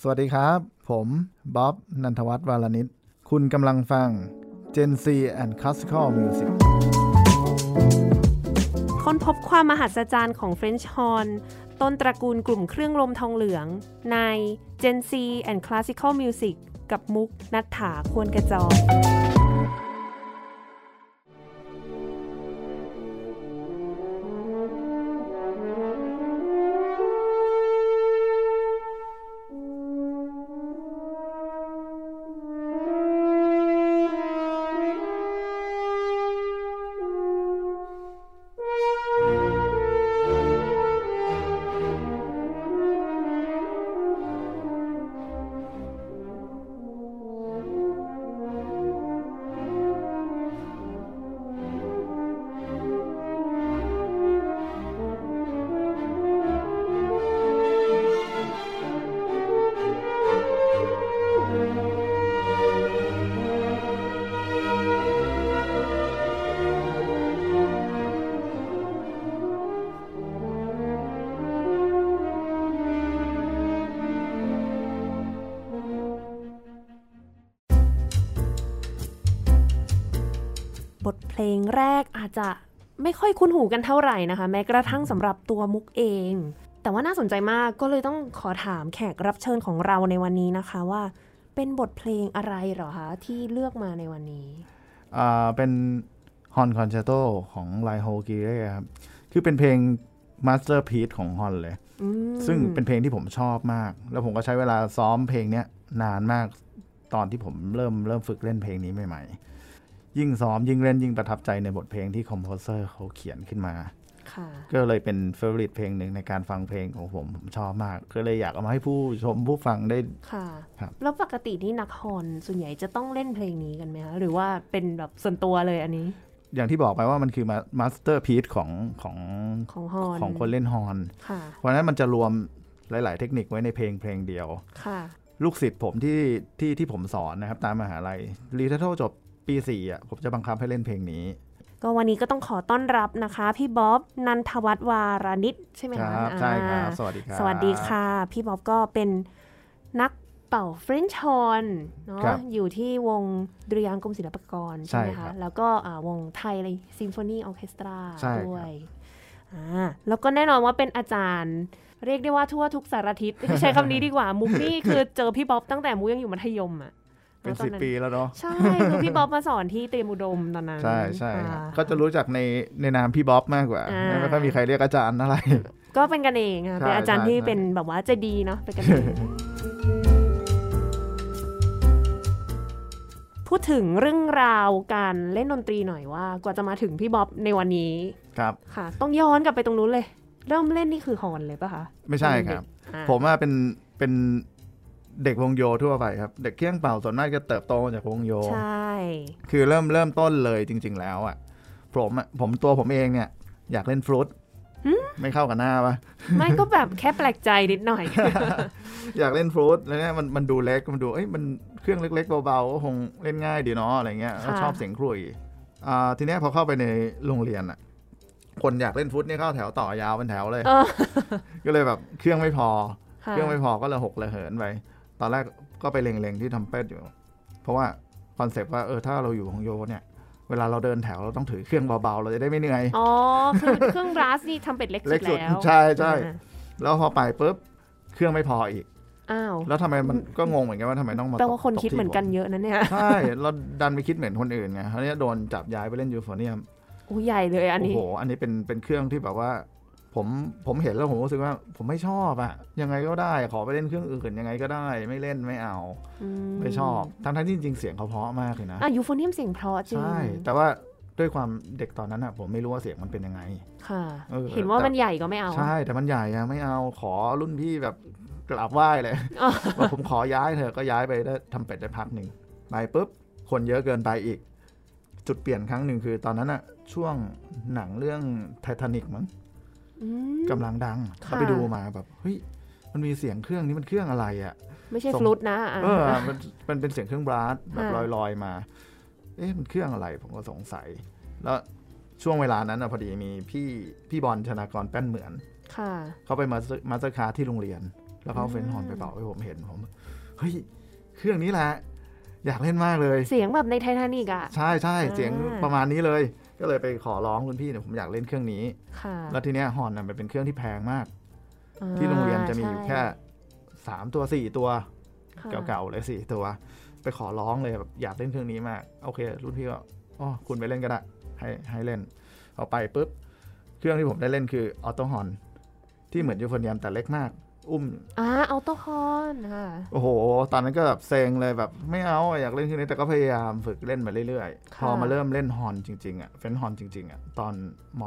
สวัสดีครับผมบ๊อบนันทวัฒน์วาลนิชคุณกำลังฟัง Gen Z and Classical Music ค้นพบความมหัศจรรย์ของ French Horn ต้นตระกูลกลุ่มเครื่องลมทองเหลืองใน Gen Z and Classical Music กับมุกณัฐฐา ควรกระจรบทเพลงแรกอาจจะไม่ค่อยคุ้นหูกันเท่าไหร่นะคะแม้กระทั่งสำหรับตัวมุกเองแต่ว่าน่าสนใจมากก็เลยต้องขอถามแขกรับเชิญของเราในวันนี้นะคะว่าเป็นบทเพลงอะไรเหรอคะที่เลือกมาในวันนี้เป็นฮอนคอนแชร์โตของไลโฮกิเร่ครับคือเป็นเพลงมาสเตอร์พีซของฮอนเลยซึ่งเป็นเพลงที่ผมชอบมากแล้วผมก็ใช้เวลาซ้อมเพลงนี้นานมากตอนที่ผมเริ่มฝึกเล่นเพลงนี้ใหม่ๆยิ่งซ้อมยิ่งเล่นยิ่งประทับใจในบทเพลงที่คอมโพเซอร์เขาเขียนขึ้นมาก็เลยเป็นเฟเวอริตเพลงหนึ่งในการฟังเพลงของผมชอบมากก็เลยอยากเอามาให้ผู้ชมผู้ฟังได้ค่ะแล้วปกตินี่นักฮอนส่วนใหญ่จะต้องเล่นเพลงนี้กันไหมคะหรือว่าเป็นแบบส่วนตัวเลยอันนี้อย่างที่บอกไปว่ามันคือมาสเตอร์พีซของคนเล่นฮอนเพราะนั้นมันจะรวมหลายๆเทคนิคไว้ในเพลงเดียวลูกศิษย์ผมที่ผมสอนนะครับตามมหาลัยรีทัลจบปี4ผมจะบังคับให้เล่นเพลงนี้ก็วันนี้ก็ต้องขอต้อนรับนะคะพี่บ๊อบนันทวัฒน์วารานิชใช่ไหมคะครับใช่ครับสวัสดีครับสวัสดีค่ะพี่บ๊อบก็เป็นนักเป่าเฟรนช์ฮอร์นเนาะอยู่ที่วงดุริยางค์กรมศิลปากรใช่ไหมคะแล้วก็วงไทยซิมโฟนีออร์เคสตราด้วยแล้วก็แน่นอนว่าเป็นอาจารย์เรียกได้ว่าทั่วทุกสารทิศใช้คำนี้ดีกว่ามุกนี่คือเจอพี่บ๊อบตั้งแต่มุกยังอยู่มัธยมเป็น10 ปีแล้วเนาะใช่คือพี่บ๊อบมาสอนที่เตรียมอุดมตอนนั้นใช่ก็จะรู้จักในนามพี่บ๊อบมากกว่าไม่ค่อยมีใครเรียกอาจารย์อะไรก็เป็นกันเองค่ะเป็นอาจารย์ที่เป็นแบบว่าใจดีเนาะเป็นกันเองพูดถึงเรื่องราวการเล่นดนตรีหน่อยว่ากว่าจะมาถึงพี่บ๊อบในวันนี้ครับค่ะต้องย้อนกลับไปตรงนู้นเลยเริ่มเล่นนี่คือฮอนเลยป่ะคะไม่ใช่ครับผมว่าเป็นเด็กวงโยทั่วไปครับเด็กเครื่องเป่าส่วนมากจะเติบโตจากวงโยใช่คือเริ่มต้นเลยจริงๆแล้วผมเองเนี่ยอยากเล่นฟลุตไม่เข้ากับหน้าปะไม่ก็แบบแค่แปลกใจนิดหน่อยอยากเล่นฟลุตแล้วเนี่ยมันดูเล็กมันดูมันเครื่องเล็กๆเบาๆก็คงเล่นง่ายดีเนาะอะไรเงี้ยชอบเสียงครุยทีนี้พอเข้าไปในโรงเรียนคนอยากเล่นฟลุตนี่เข้าแถวต่อยาวเป็นแถวเลยก็เลยแบบเครื่องไม่พอก็เลยหกเลยเหินไปตอนแรกก็ไปเล็งๆที่ทำเป็ดอยู่เพราะว่าคอนเซปต์ว่าถ้าเราอยู่ของโยเนี่ยเวลาเราเดินแถวเราต้องถือเครื่องเบาๆเราจะได้ไม่เหนื่อยคือเครื่องบราสนี่ทำเป็ดเล็กสุดแล้วใช่แล้วพอไปปุ๊บเครื่องไม่พออีกแล้วทำไมมันก็งงเหมือนกันว่าทำไมต้องมาแปลว่าคนคิดเหมือนกันเยอะนะเนี่ยใช่เราดันไปคิดเหมือนคนอื่นไงเขาเนี่ยโดนจับย้ายไปเล่นยูโฟเนียมใหญ่เลยอันนี้โอ้โหอันนี้เป็นเครื่องที่แบบว่าผมเห็นแล้วผมรู้สึกว่าผมไม่ชอบยังไงก็ได้ขอไปเล่นเครื่องอื่นยังไงก็ได้ไม่เล่นไม่เอาไม่ชอบทั้งที่จริงเสียงเขาเพราะมากเลยนะยูโฟเนียมเสียงเพราะจริงใช่แต่ว่าด้วยความเด็กตอนนั้นผมไม่รู้ว่าเสียงมันเป็นยังไงค่ะเห็นว่ามันใหญ่ก็ไม่เอาใช่แต่มันใหญ่ไม่เอาขอรุ่นพี่แบบกราบไหว้เลยว่าผมขอย้ายเถอะก็ย้ายไปได้ทำเป็ดได้พักหนึ่งไปปุ๊บคนเยอะเกินไปอีกจุดเปลี่ยนครั้งหนึ่งคือตอนนั้นช่วงหนังเรื่องไททานิคมั้งกำลังดังเราไปดูมาแบบเฮ้ยมันมีเสียงเครื่องนี้มันเครื่องอะไรไม่ใช่ฟลุตนะมันเป็นเสียงเครื่องบราสแบบลอยมามันเครื่องอะไรผมก็สงสัยแล้วช่วงเวลานั้นพอดีมีพี่บอลชนากรแป้นเหมือนเขาไปมาสเตอร์คลาสที่โรงเรียนแล้วเขาเฟ้นฮอร์นไปเป่าให้ผมเห็นผมเฮ้ยเครื่องนี้แหละอยากเล่นมากเลยเสียงแบบในไททานิกอ่ะใช่ใช่เสียงประมาณนี้เลยก็เลยไปขอร้องคุณพี่เนี่ยผมอยากเล่นเครื่องนี้แล้วทีเนี้ยฮอร์นมันเป็นเครื่องที่แพงมากที่โรงเรียนจะมีอยู่แค่3 ตัว4 ตัวเก่าๆเลย4 ตัวไปขอร้องเลยแบบอยากเล่นเครื่องนี้มากโอเครุ่นพี่ก็อ๋อคุณไปเล่นก็ได้ให้เล่นเอาไปปุ๊บเครื่องที่ผมได้เล่นคือออโต้ฮอร์นที่เหมือนยูโฟเนียมแต่เล็กมากอุ้มออโต้ฮอร์นค่ะโอ้โหตอนนั้นก็แบบเซ็งเลยแบบไม่เอาอยากเล่นเครื่องนี้แต่ก็พยายามฝึกเล่นมาเรื่อยๆพอมาเริ่มเล่นฮอร์นจริงๆอ่ะเฟ้นฮอร์นจริงๆอ่ะตอนม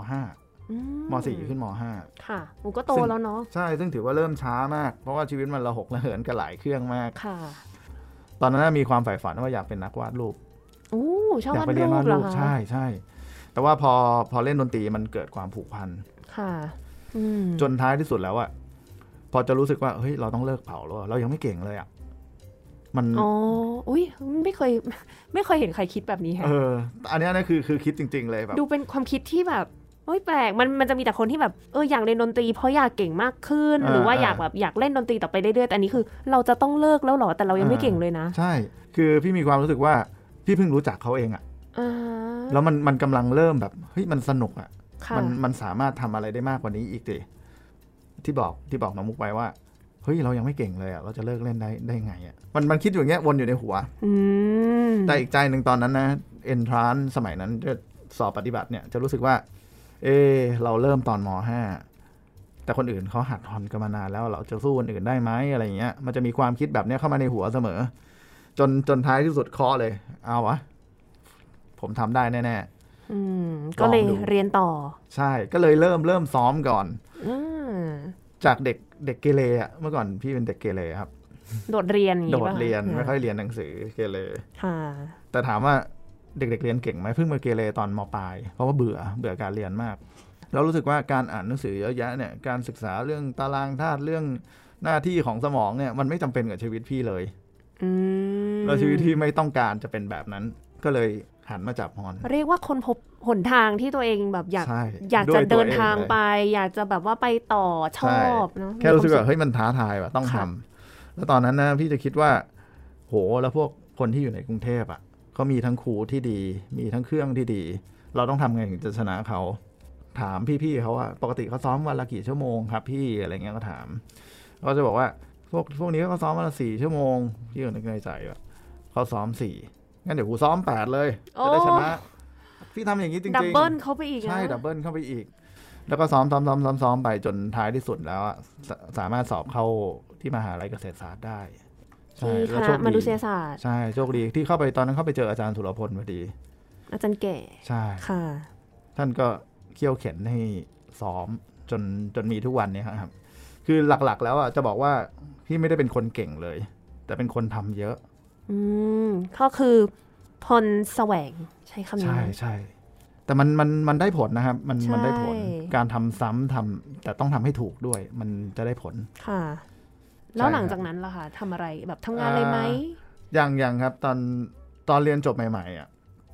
.5 ม.4 ขึ้นม.5 ค่ะมันก็โตแล้วเนาะใช่ซึ่งถือว่าเริ่มช้ามากเพราะว่าชีวิตมันระหกระเหินกันหลายเครื่องมากค่ะตอนนั้นมีความใฝ่ฝันว่าอยากเป็นนักวาดรูปชอบวาดรูปใช่ใช่แต่ว่าพอเล่นดนตรีมันเกิดความผูกพันค่ะจนท้ายที่สุดแล้วอะพอจะรู้สึกว่าเฮ้ยเราต้องเลิกเผาแล้วเรายังไม่เก่งเลยอะมันอุ้ยไม่เคยเห็นใครคิดแบบนี้ค่ะอันนี้นะคือคิดจริงๆเลยแบบดูเป็นความคิดที่แบบแปลกมันจะมีแต่คนที่แบบอยากเล่นดนตรีเพราะอยากเก่งมากขึ้นหรือว่าอยากเล่นดนตรีต่อไปเรื่อยๆแต่อันนี้คือเราจะต้องเลิกแล้วหรอแต่เรายังไม่เก่งเลยนะใช่คือพี่มีความรู้สึกว่าพี่เพิ่งรู้จักเขาเองอะแล้วมันกำลังเริ่มแบบเฮ้ยมันสนุกอะมันสามารถทำอะไรได้มากกว่านี้อีกดิที่บอกน้องมุกไปว่าเฮ้ยเรายังไม่เก่งเลยอะเราจะเลิกเล่นได้ไงอะมันคิดอย่างเงี้ยวนอยู่ในหัวแต่อีกใจหนึ่งตอนนั้นนะเอนทรานสมัยนั้นจะสอบปฏิบัติเนี่ยจะรู้สึกว่าเราเริ่มตอนม.5 แต่คนอื่นเขาหัดฮอนกันมานานแล้วเราจะสู้คนอื่นได้ไหมอะไรอย่างเงี้ยมันจะมีความคิดแบบนี้เข้ามาในหัวเสมอจนท้ายที่สุดเคาะเลยเอาวะผมทำได้แน่ๆก็เลยเรียนต่อใช่ก็เลยเริ่มซ้อมก่อนจากเด็กเกเรอ่ะเมื่อก่อนพี่เป็นเด็กเกเรครับโดดเรียนไม่ค่อยเรียนหนังสือเกเรแต่ถามว่าเด็กๆเรียนเก่งไหมเพิ่งมาเกเรตอนม.ปลายเพราะว่าเบื่อการเรียนมากเรารู้สึกว่าการอ่านหนังสือเยอะแยะเนี่ยการศึกษาเรื่องตารางธาตุเรื่องหน้าที่ของสมองเนี่ยมันไม่จำเป็นกับชีวิตพี่เลยแล้วชีวิตที่ไม่ต้องการจะเป็นแบบนั้นก็เลยหันมาจับฮอนเรียกว่าคนพบหนทางที่ตัวเองแบบอยากจะเดินทางไปอยากจะแบบว่าไปต่อชอบเนาะแค่รู้สึกว่าเฮ้ยมันท้าทายว่ะต้องทำแล้วตอนนั้นนะพี่จะคิดว่าโหแล้วพวกคนที่อยู่ในกรุงเทพอ่ะเขามีทั้งครูที่ดีมีทั้งเครื่องที่ดีเราต้องทำไงถึงจะชนะเขาถามพี่ๆเขาว่าปกติเขาซ้อมวันละกี่ชั่วโมงครับพี่อะไรเงี้ยก็ถามเขาจะบอกว่าพวกนี้เขาซ้อมวันละ4 ชั่วโมงพี่ก็นึกในใจว่าเขาซ้อม4งั้นเดี๋ยวกูซ้อม8เลยจะได้ชนะพี่ทำอย่างนี้จริงๆดับเบิลเข้าไปอีกใช่ดับเบิลเข้าไปอีกแล้วก็ซ้อมไปจนท้ายที่สุดแล้วสามารถสอบเข้าที่มหาลัยเกษตรศาสตร์ได้ใช่แล้วโชคดีมนุษยศาสตร์ใช่โชคดีที่เข้าไปตอนนั้นเข้าไปเจออาจารย์สุรพลพอดีอาจารย์แก่ใช่ค่ะท่านก็เขี่ยวเข็นให้ซ้อมจนมีทุกวันนี้ครับคือหลักๆแล้วจะบอกว่าพี่ไม่ได้เป็นคนเก่งเลยแต่เป็นคนทำเยอะก็คือพลแสวงใช้คำนี้ใช่แต่มันได้ผลนะครับมันได้ผลการทำซ้ำแต่ต้องทำให้ถูกด้วยมันจะได้ผลค่ะแล้วหลังจากนั้นล่ะคะทำอะไรแบบทำงานอะไรไหมยังครับตอนเรียนจบใหม่ๆ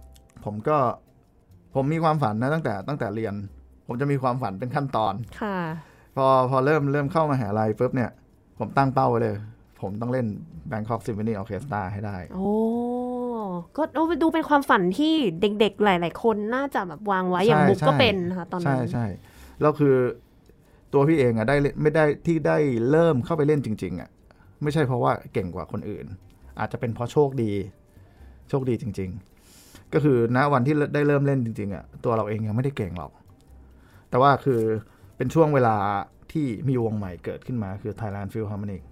ผมมีความฝันนะตั้งแต่เรียนผมจะมีความฝันเป็นขั้นตอนค่ะพอเริ่มเข้ามหาลัยปุ๊บเนี่ยผมตั้งเป้าไว้เลยผมต้องเล่น Bangkok Symphony Orchestra ให้ได้ก็ดูเป็นความฝันที่เด็กๆหลายๆคนน่าจะแบบวางไว้อย่างมุกก็เป็นค่ะตอนนั้นใช่แล้วคือตัวพี่เองไม่ได้ที่ได้เริ่มเข้าไปเล่นจริงๆไม่ใช่เพราะว่าเก่งกว่าคนอื่นอาจจะเป็นเพราะโชคดีจริงๆก็คือณวันที่ได้เริ่มเล่นจริงๆตัวเราเองยังไม่ได้เก่งหรอกแต่ว่าคือเป็นช่วงเวลาที่มีวงใหม่เกิดขึ้นมาคือ Thailand Philharmonic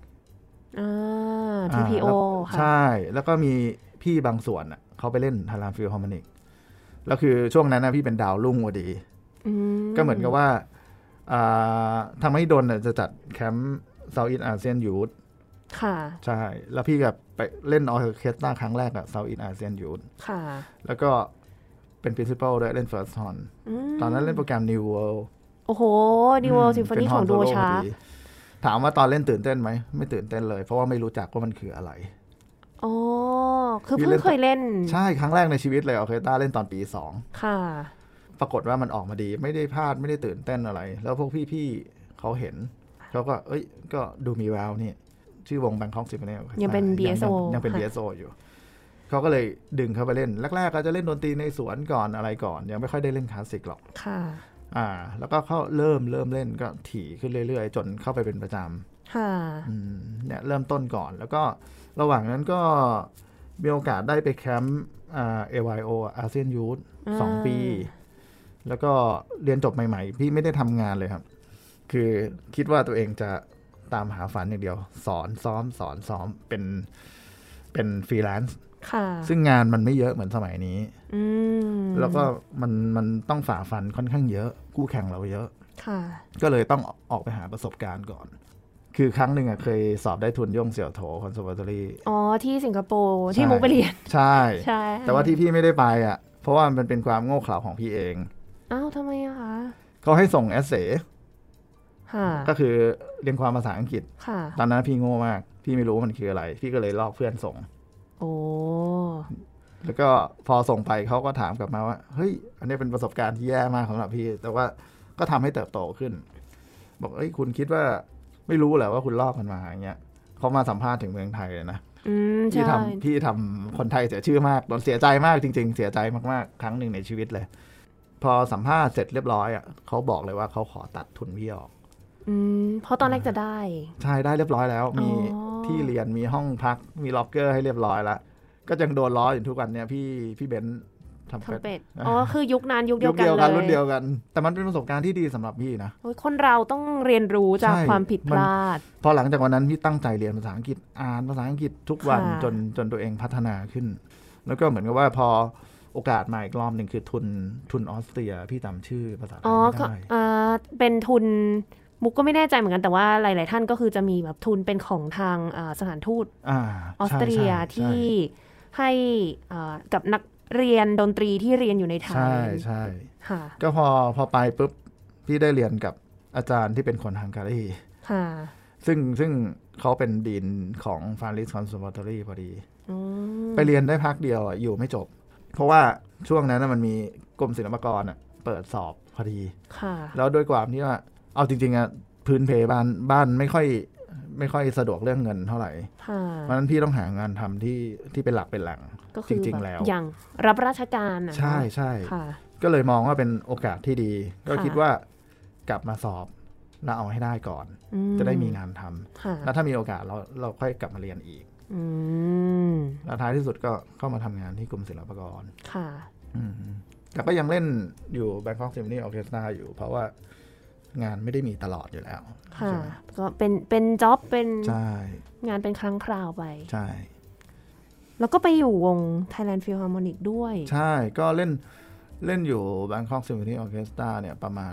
TPO ค่ะใช่แล้วก็มีพี่บางส่วนเขาไปเล่น Thailand Philharmonic แล้วคือช่วงนั้นพี่เป็นดาวรุ่งพอดีก็เหมือนกับว่าทางมหิดลจะจัดแคมป์ Southeast Asian Youth ค่ะใช่แล้วพี่กับไปเล่นออร์เคสตราครั้งแรกSoutheast Asian Youth ค่ะแล้วก็เป็น principal ด้วยเล่น First Horn ตอนนั้นเล่นโปรแกรม New World โอ้โห New World Symphony ของโดชาถามว่าตอนเล่นตื่นเต้นไหมไม่ตื่นเต้นเลยเพราะว่าไม่รู้จักว่ามันคืออะไรอ๋อคือเพิ่งเคยเล่นใช่ครั้งแรกในชีวิตเลยออร์เคสตราเล่นตอนปี2 ค่ะปรากฏว่ามันออกมาดีไม่ได้พลาดไม่ได้ตื่นเต้นอะไรแล้วพวกพี่ๆเขาเห็นเขาก็ก็ดูมีแววนี่ชื่อวง Bangkok Symphony ยังเป็น BSO ยังเป็น BSO อยู่เขาก็เลยดึงเขาไปเล่นแรกๆก็จะเล่นดนตรีในสวนก่อนอะไรก่อนยังไม่ค่อยได้เล่นคลาสสิกหรอกค่ะแล้วก็เขาเริ่มเล่นก็ถี่ขึ้นเรื่อยๆจนเข้าไปเป็นประจำค่ะเนี่ยเริ่มต้นก่อนแล้วก็ระหว่างนั้นก็มีโอกาสได้ไปแคมป์AYO ASEAN Youth 2 ปีแล้วก็เรียนจบใหม่ๆพี่ไม่ได้ทำงานเลยครับคือคิดว่าตัวเองจะตามหาฝันอย่างเดียวสอนซ้อมเป็นฟรีแลนซ์ซึ่งงานมันไม่เยอะเหมือนสมัยนี้แล้วก็มันต้องฝ่าฟันค่อนข้างเยอะคู่แข่งเราเยอะก็เลยต้องออกไปหาประสบการณ์ก่อนคือครั้งหนึ่งเคยสอบได้ทุนย่งเสี่ยวโถคอนเสิร์ตอรี่ที่สิงคโปร์ที่มุกไปเรียนใช่แต่ว่าที่พี่ไม่ได้ไปเพราะว่ามันเป็นความโง่เขลาของพี่เองทำไมอะคะเขาให้ส่งเอเซ่ก็คือเรียนความภาษาอังกฤษตอนนั้นพี่โง่มากพี่ไม่รู้มันคืออะไรพี่ก็เลยลอกเพื่อนส่งแล้วก็พอส่งไปเขาก็ถามกลับมาว่าเฮ้ยอันนี้เป็นประสบการณ์ที่แย่มากสำหรับพี่แต่ว่าก็ทำให้เติบโตขึ้นบอกคุณคิดว่าไม่รู้แหละว่าคุณลอกมันมาอย่างเงี้ยเขามาสัมภาษณ์ถึงเมืองไทยเลยนะพี่ทำคนไทยเสียชื่อมากโดนเสียใจมากจริงๆเสียใจมากๆครั้งหนึ่งในชีวิตเลยพอสัมภาษณ์เสร็จเรียบร้อยเขาบอกเลยว่าเขาขอตัดทุนพี่ออกเพราะตอนแรกจะได้ใช่ได้เรียบร้อยแล้วมีที่เรียนมีห้องพักมีล็อกเกอร์ให้เรียบร้อยแล้วก็ยังโดนล้ออยู่ทุกวันเนี่ยพี่เบนซ์ทำเป็ดคือยุคนั้นยุคเดียวกันเลยรุ่นเดียวกันแต่มันเป็นประสบการณ์ที่ดีสำหรับพี่นะคนเราต้องเรียนรู้จากความผิดพลาดพอหลังจากวันนั้นพี่ตั้งใจเรียนภาษาอังกฤษอ่านภาษาอังกฤษทุกวันจนตัวเองพัฒนาขึ้นแล้วก็เหมือนกับว่าพอโอกาสมาอีกรอบหนึ่งคือทุนออสเตรียพี่จำชื่อภาษาไทยไม่ได้เป็นทุนมุกก็ไม่แน่ใจเหมือนกันแต่ว่าหลายๆท่านก็คือจะมีแบบทุนเป็นของทางสถานทูตออสเตรียที่ให้กับนักเรียนดนตรีที่เรียนอยู่ในไทยใช่ค่ะก็พอไปปุ๊บพี่ได้เรียนกับอาจารย์ที่เป็นคนฮังการีค่ะซึ่งเขาเป็นดีนของฟาริสคอนเสิร์ตอรี่พอดีไปเรียนได้พักเดียวอยู่ไม่จบเพราะว่าช่วงนั้นมันมีกรมศิลปากรเปิดสอบพอดีแล้วด้วยความที่ว่าเอาจริงๆพื้นเพบ้านไม่ค่อยสะดวกเรื่องเงินเท่าไหร่เพราะฉะนั้นพี่ต้องหางานทำที่เป็นหลักเป็นแหล่งจริงๆแล้วอย่างรับราชการใช่ใช่ก็เลยมองว่าเป็นโอกาสที่ดีก็คิดว่ากลับมาสอบแล้วเอาให้ได้ก่อนจะได้มีงานทำแล้วถ้ามีโอกาสเราค่อยกลับมาเรียนอีกแล้วท้ายที่สุดก็เข้ามาทำงานที่กรมศิลปากรแต่ก็ยังเล่นอยู่ Bangkok Symphony Orchestra อยู่เพราะว่างานไม่ได้มีตลอดอยู่แล้วค่ะก็เป็นจ็อบเป็นงานเป็นครั้งคราวไปใช่แล้วก็ไปอยู่วง Thailand Philharmonic ด้วยใช่ก็เล่นอยู่ Bangkok Symphony Orchestra เนี่ยประมาณ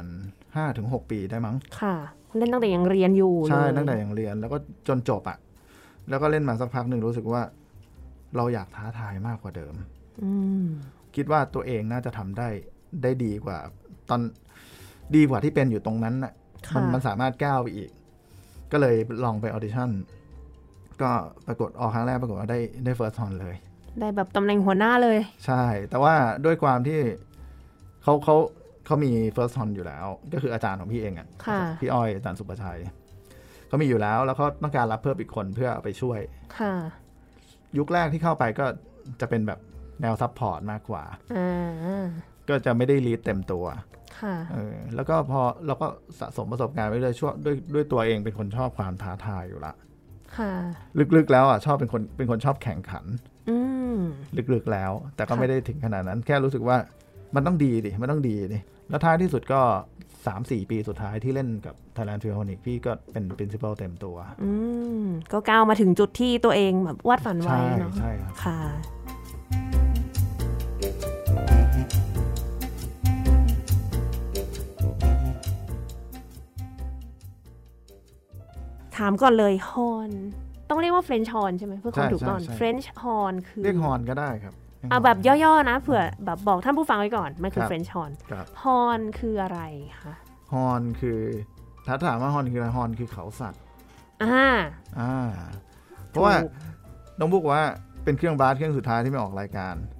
5-6 ปีได้มั้งค่ะเล่นตั้งแต่ยังเรียนอยู่ใช่ตั้งแต่ยังเรียนแล้วก็จนจบแล้วก็เล่นมาสักพักหนึ่งรู้สึกว่าเราอยากท้าทายมากกว่าเดิมคิดว่าตัวเองน่าจะทำได้ดีกว่าดีกว่าที่เป็นอยู่ตรงนั้นน่ะมันสามารถก้าวไปอีกก็เลยลองไปออดิชั่นก็ปรากฏครั้งแรกปรากฏว่าได้เฟิร์สฮอนเลยได้แบบตำแหน่งหัวหน้าเลยใช่แต่ว่าด้วยความที่เขามีเฟิร์สฮอนอยู่แล้วก็คืออาจารย์ของพี่เองพี่อ้อยอาจารย์สุประชัยเขามีอยู่แล้วเขาต้องการรับเพิ่มอีกคนเพื่อเอาไปช่วยยุคแรกที่เข้าไปก็จะเป็นแบบแนวซัพพอร์ตมากกว่าก็จะไม่ได้ลีดเต็มตัวแล้วก็พอเราก็สะสมประสบการณ์ไปเลยช่วงด้วยตัวเองเป็นคนชอบความท้าทายอยู่ละลึกๆแล้วชอบเป็นคนชอบแข่งขันลึกๆแล้วแต่ก็ไม่ได้ถึงขนาดนั้นแค่รู้สึกว่ามันต้องดีดิแล้วท้ายที่สุดก็ 3-4 ปีสุดท้ายที่เล่นกับ Thailand Philharmonic พี่ก็เป็น principal เต็มตัวก็ก้าวมาถึงจุดที่ตัวเองแบบวาดฝันไว้เนาะใช่ครับค่ะถามก่อนเลยฮอนต้องเรียกว่าเฟรนช์ฮอนใช่ไหมเพื่อความถูกต้องเฟรนช์ฮอนคือเรียกฮอนก็ได้ครับเอาแบบย่อๆนะเผื่อแบบบอกท่านผู้ฟังไว้ก่อนมันคือเฟรนช์ฮอนฮอนคืออะไรคะฮอนคือถ้าถามว่าฮอนคืออะไรฮอนคือเขาสัตว์เพราะว่าน้องบุ๊กว่าเป็นเครื่องบาสเครื่องสุดท้ายที่ไม่ออกรายการ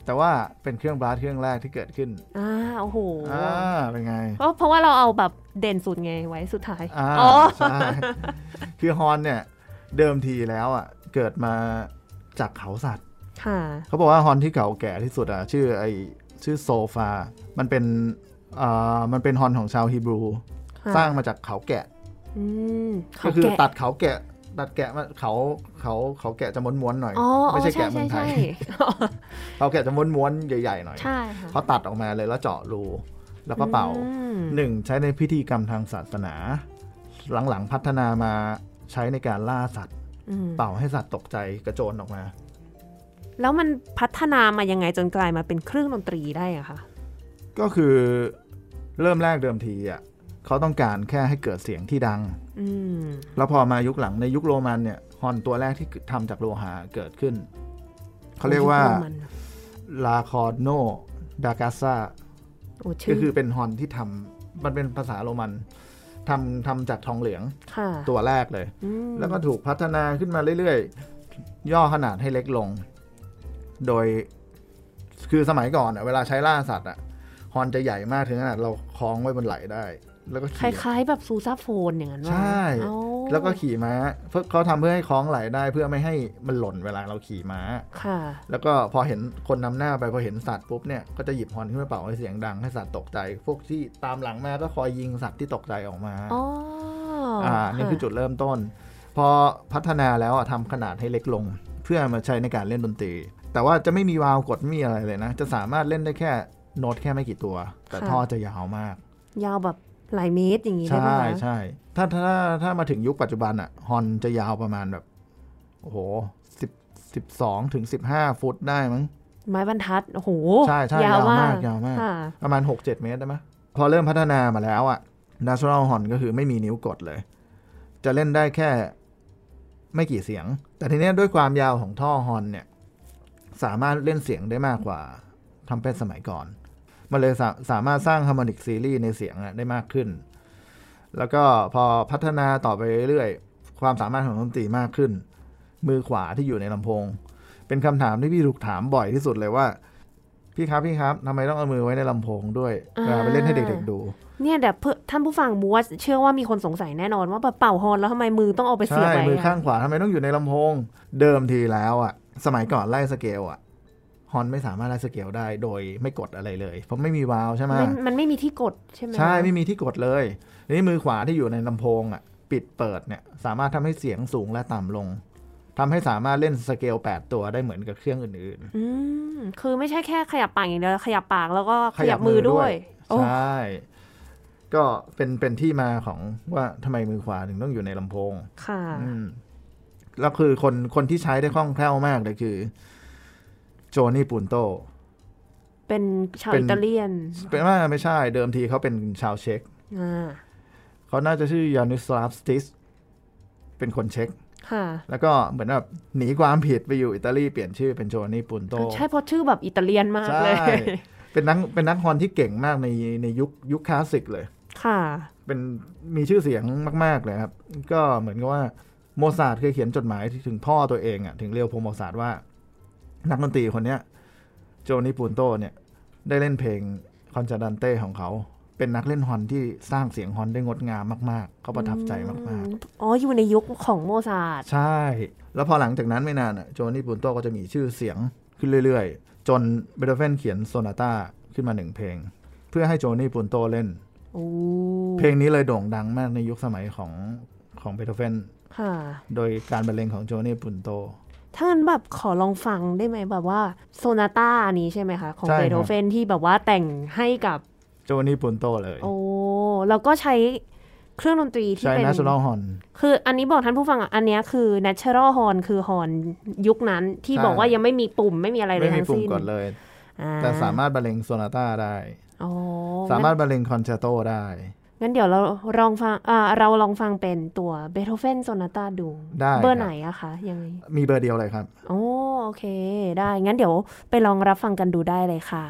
แต่ว่าเป็นเครื่องบลัสเครื่องแรกที่เกิดขึ้นโอ้โหเป็นไงเพราะว่าเราเอาแบบเด่นสุดไงไว้สุดท้ายใช่คือฮอนเนี่ยเดิมทีแล้วอ่ะเกิดมาจากเขาสัตว์เขาบอกว่าฮอนที่เก่าแก่ที่สุดอ่ะชื่อโซฟามันเป็นฮอนของชาวฮีบรูสร้างมาจากเขาแกะก็คือตัดเขาแกะมาเขาแกะจะม้วนๆหน่อยไม่ใช่แกะเมืองไทยเขาแกะจะม้วนๆใหญ่ๆหน่อยเขาตัดออกมาเลยแล้วเจาะรูแล้วก็เป่า1ใช้ในพิธีกรรมทางศาสนาหลังๆพัฒนามาใช้ในการล่าสัตว์เป่าให้สัตว์ตกใจกระโจนออกมาแล้วมันพัฒนามายังไงจนกลายมาเป็นเครื่องดนตรีได้อะคะก็คือเริ่มแรกเดิมทีอ่ะเขาต้องการแค่ให้เกิดเสียงที่ดังแล้วพอมายุคหลังในยุคโรมันเนี่ยฮอนตัวแรกที่ทำจากโลหะเกิดขึ้นเขาเรียกว่าลาคอร์โนดากาซาก็คือเป็นฮอนที่ทำมันเป็นภาษาโรมันทำจากทองเหลืองตัวแรกเลยแล้วก็ถูกพัฒนาขึ้นมาเรื่อยๆย่อขนาดให้เล็กลงโดยคือสมัยก่อนเวลาใช้ล่าสัตว์ฮอนจะใหญ่มากถึงขนาดเราคล้องไว้บนไหล่ได้แล้วก็คล้ายๆแบบซูซาโฟนอย่างนั้นใช่แล้วก็ขี่ม้าเขาทำเพื่อให้คล้องไหล่ได้เพื่อไม่ให้มันหล่นเวลาเราขี่ม้าแล้วก็พอเห็นคนนำหน้าไปพอเห็นสัตว์ปุ๊บเนี่ยก็จะหยิบฮอนขึ้นมาเป่าให้เสียงดังให้สัตว์ตกใจพวกที่ตามหลังมาก็คอยยิงสัตว์ที่ตกใจออกมานี่คือจุดเริ่มต้นพอพัฒนาแล้วทำขนาดให้เล็กลงเพื่อมาใช้ในการเล่นดนตรีแต่ว่าจะไม่มีวาล์วกดไม่มีอะไรเลยนะจะสามารถเล่นได้แค่โน้ตแค่ไม่กี่ตัวแต่ท่อจะยาวมากยาวแบบหลายเมตรอย่างนี้ใช่ไหมคะใช่ถ้ามาถึงยุคปัจจุบันฮอนจะยาวประมาณแบบโอ้โห12 ถึง 15 ฟุตได้มั้งไม้บรรทัดโอ้โหใช่ยาวมากประมาณ 6-7 เมตรได้ไหมพอเริ่มพัฒนามาแล้วNatural Horn ก็คือไม่มีนิ้วกดเลยจะเล่นได้แค่ไม่กี่เสียงแต่ทีนี้ด้วยความยาวของท่อฮอนเนี่ยสามารถเล่นเสียงได้มากกว่าทำเป็นสมัยก่อนมันเลยสามารถสร้างฮาร์โมนิกซีรีส์ในเสียงได้มากขึ้นแล้วก็พอพัฒนาต่อไปเรื่อยๆความสามารถของดนตรีมากขึ้นมือขวาที่อยู่ในลำโพงเป็นคำถามที่พี่ถูกถามบ่อยที่สุดเลยว่าพี่ครับทำไมต้องเอามือไว้ในลำโพงด้วยเวลาไปเล่นให้เด็กๆดูเนี่ยเดี๋ยวท่านผู้ฟังบัวเชื่อว่ามีคนสงสัยแน่นอนว่าเป่าฮอนแล้วทำไมมือต้องเอาไปเสียบไว้มือข้างขวาทำไมต้องอยู่ในลำโพงเดิมทีแล้วสมัยก่อนไล่สเกลฮอนไม่สามารถไล่สเกลได้โดยไม่กดอะไรเลยเพราะไม่มีวาล์วใช่ไหมมันไม่มีที่กดใช่ไหมใช่ไม่มีที่กดเลยนี่มือขวาที่อยู่ในลำโพงปิดเปิดเนี่ยสามารถทำให้เสียงสูงและต่ำลงทำให้สามารถเล่นสเกล8ตัวได้เหมือนกับเครื่องอื่นๆคือไม่ใช่แค่ขยับปากอย่างเดียวขยับปากแล้วก็ขยับมือด้วยใช่ก็เป็นที่มาของว่าทำไมมือขวาถึงต้องอยู่ในลำโพงค่ะแล้วคือคนที่ใช้ได้คล่องแคล่วมากเลยคือโจนี่ปุนโตเป็นชาวอิตาเลียนเป็นว่าไม่ใช่เดิมทีเขาเป็นชาวเช็กเขาน่าจะชื่อยานิสลาฟสติสเป็นคนเช็กแล้วก็เหมือนแบบหนีความผิดไปอยู่อิตาลีเปลี่ยนชื่อเป็นโจนี่ปุนโตใช่เพราะชื่อแบบอิตาเลียนมากเลยเป็นนักฮอนที่เก่งมากในยุคคลาสสิกเลยค่ะเป็นมีชื่อเสียงมากๆเลยครับก็เหมือนกับว่าโมซาร์ทเคยเขียนจดหมายถึงพ่อตัวเองถึงเรียวโพโมซาร์ทว่านักดนตรีคนนี้โจนี่ปุนโตเนี่ยได้เล่นเพลงคอนซาดันเต้ของเขาเป็นนักเล่นฮอนที่สร้างเสียงฮอนได้งดงามมากๆเขาประทับใจมากๆอ๋ออยู่ในยุคของโมซาร์ทใช่แล้วพอหลังจากนั้นไม่นานโจนี่ปุนโตก็จะมีชื่อเสียงขึ้นเรื่อยๆจนเบโธเฟนเขียนโซนาต้าขึ้นมา1เพลงเพื่อให้โจนี่ปุนโตเล่นเพลงนี้เลยโด่งดังมากในยุคสมัยของเบโธเฟนโดยการบรรเลงของโจนี่ปุนโตถ้างั้นแบบขอลองฟังได้ไหมแบบว่าโซนาต้านี้ใช่ไหมคะของเบโธเฟนที่แบบว่าแต่งให้กับโจนี่ปุนโตเลยโอ้แล้วก็ใช้เครื่องดนตรีที่เป็น Natural Horn คืออันนี้บอกท่านผู้ฟังอันนี้คือ Natural Horn คือฮอนยุคนั้นที่บอกว่ายังไม่มีปุ่มไม่มีอะไรเลยทั้งสิ้นไม่มีปุ่มกดเลยแต่สามารถบรรเลงโซนาต้าได้สามารถบรรเลงคอนแชร์โตได้งั้นเดี๋ยวเราลองฟังเป็นตัวเบโธเฟนโซนาต้าดูเบอร์ไหนอะคะยังไงมีเบอร์เดียวเลยครับโอเคได้งั้นเดี๋ยวไปลองรับฟังกันดูได้เลยค่ะ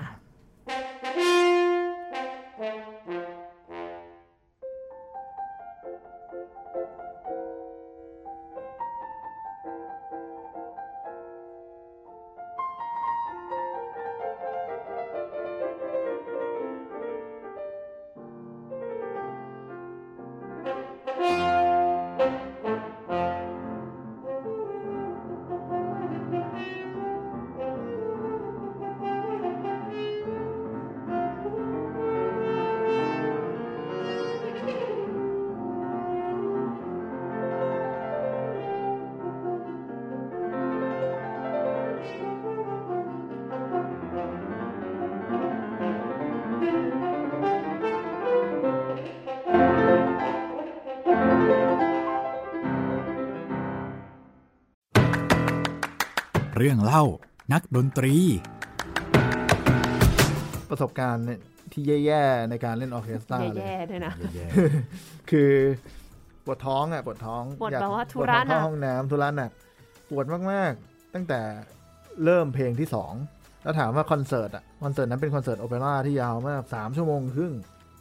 เรื่องเล่านักดนตรีประสบการณ์ที่แย่ๆในการเล่นออร์เคสตราเลยแย่ๆด้วยนะคือปวดท้องปวดท้องปวดแบบว่าธุระหนักเข้าห้องน้ำธุระหนักปวดมากๆตั้งแต่เริ่มเพลงที่2แล้วถามว่าคอนเสิร์ตนั้นเป็นคอนเสิร์ตโอเปร่าที่ยาวมาก3 ชั่วโมงครึ่ง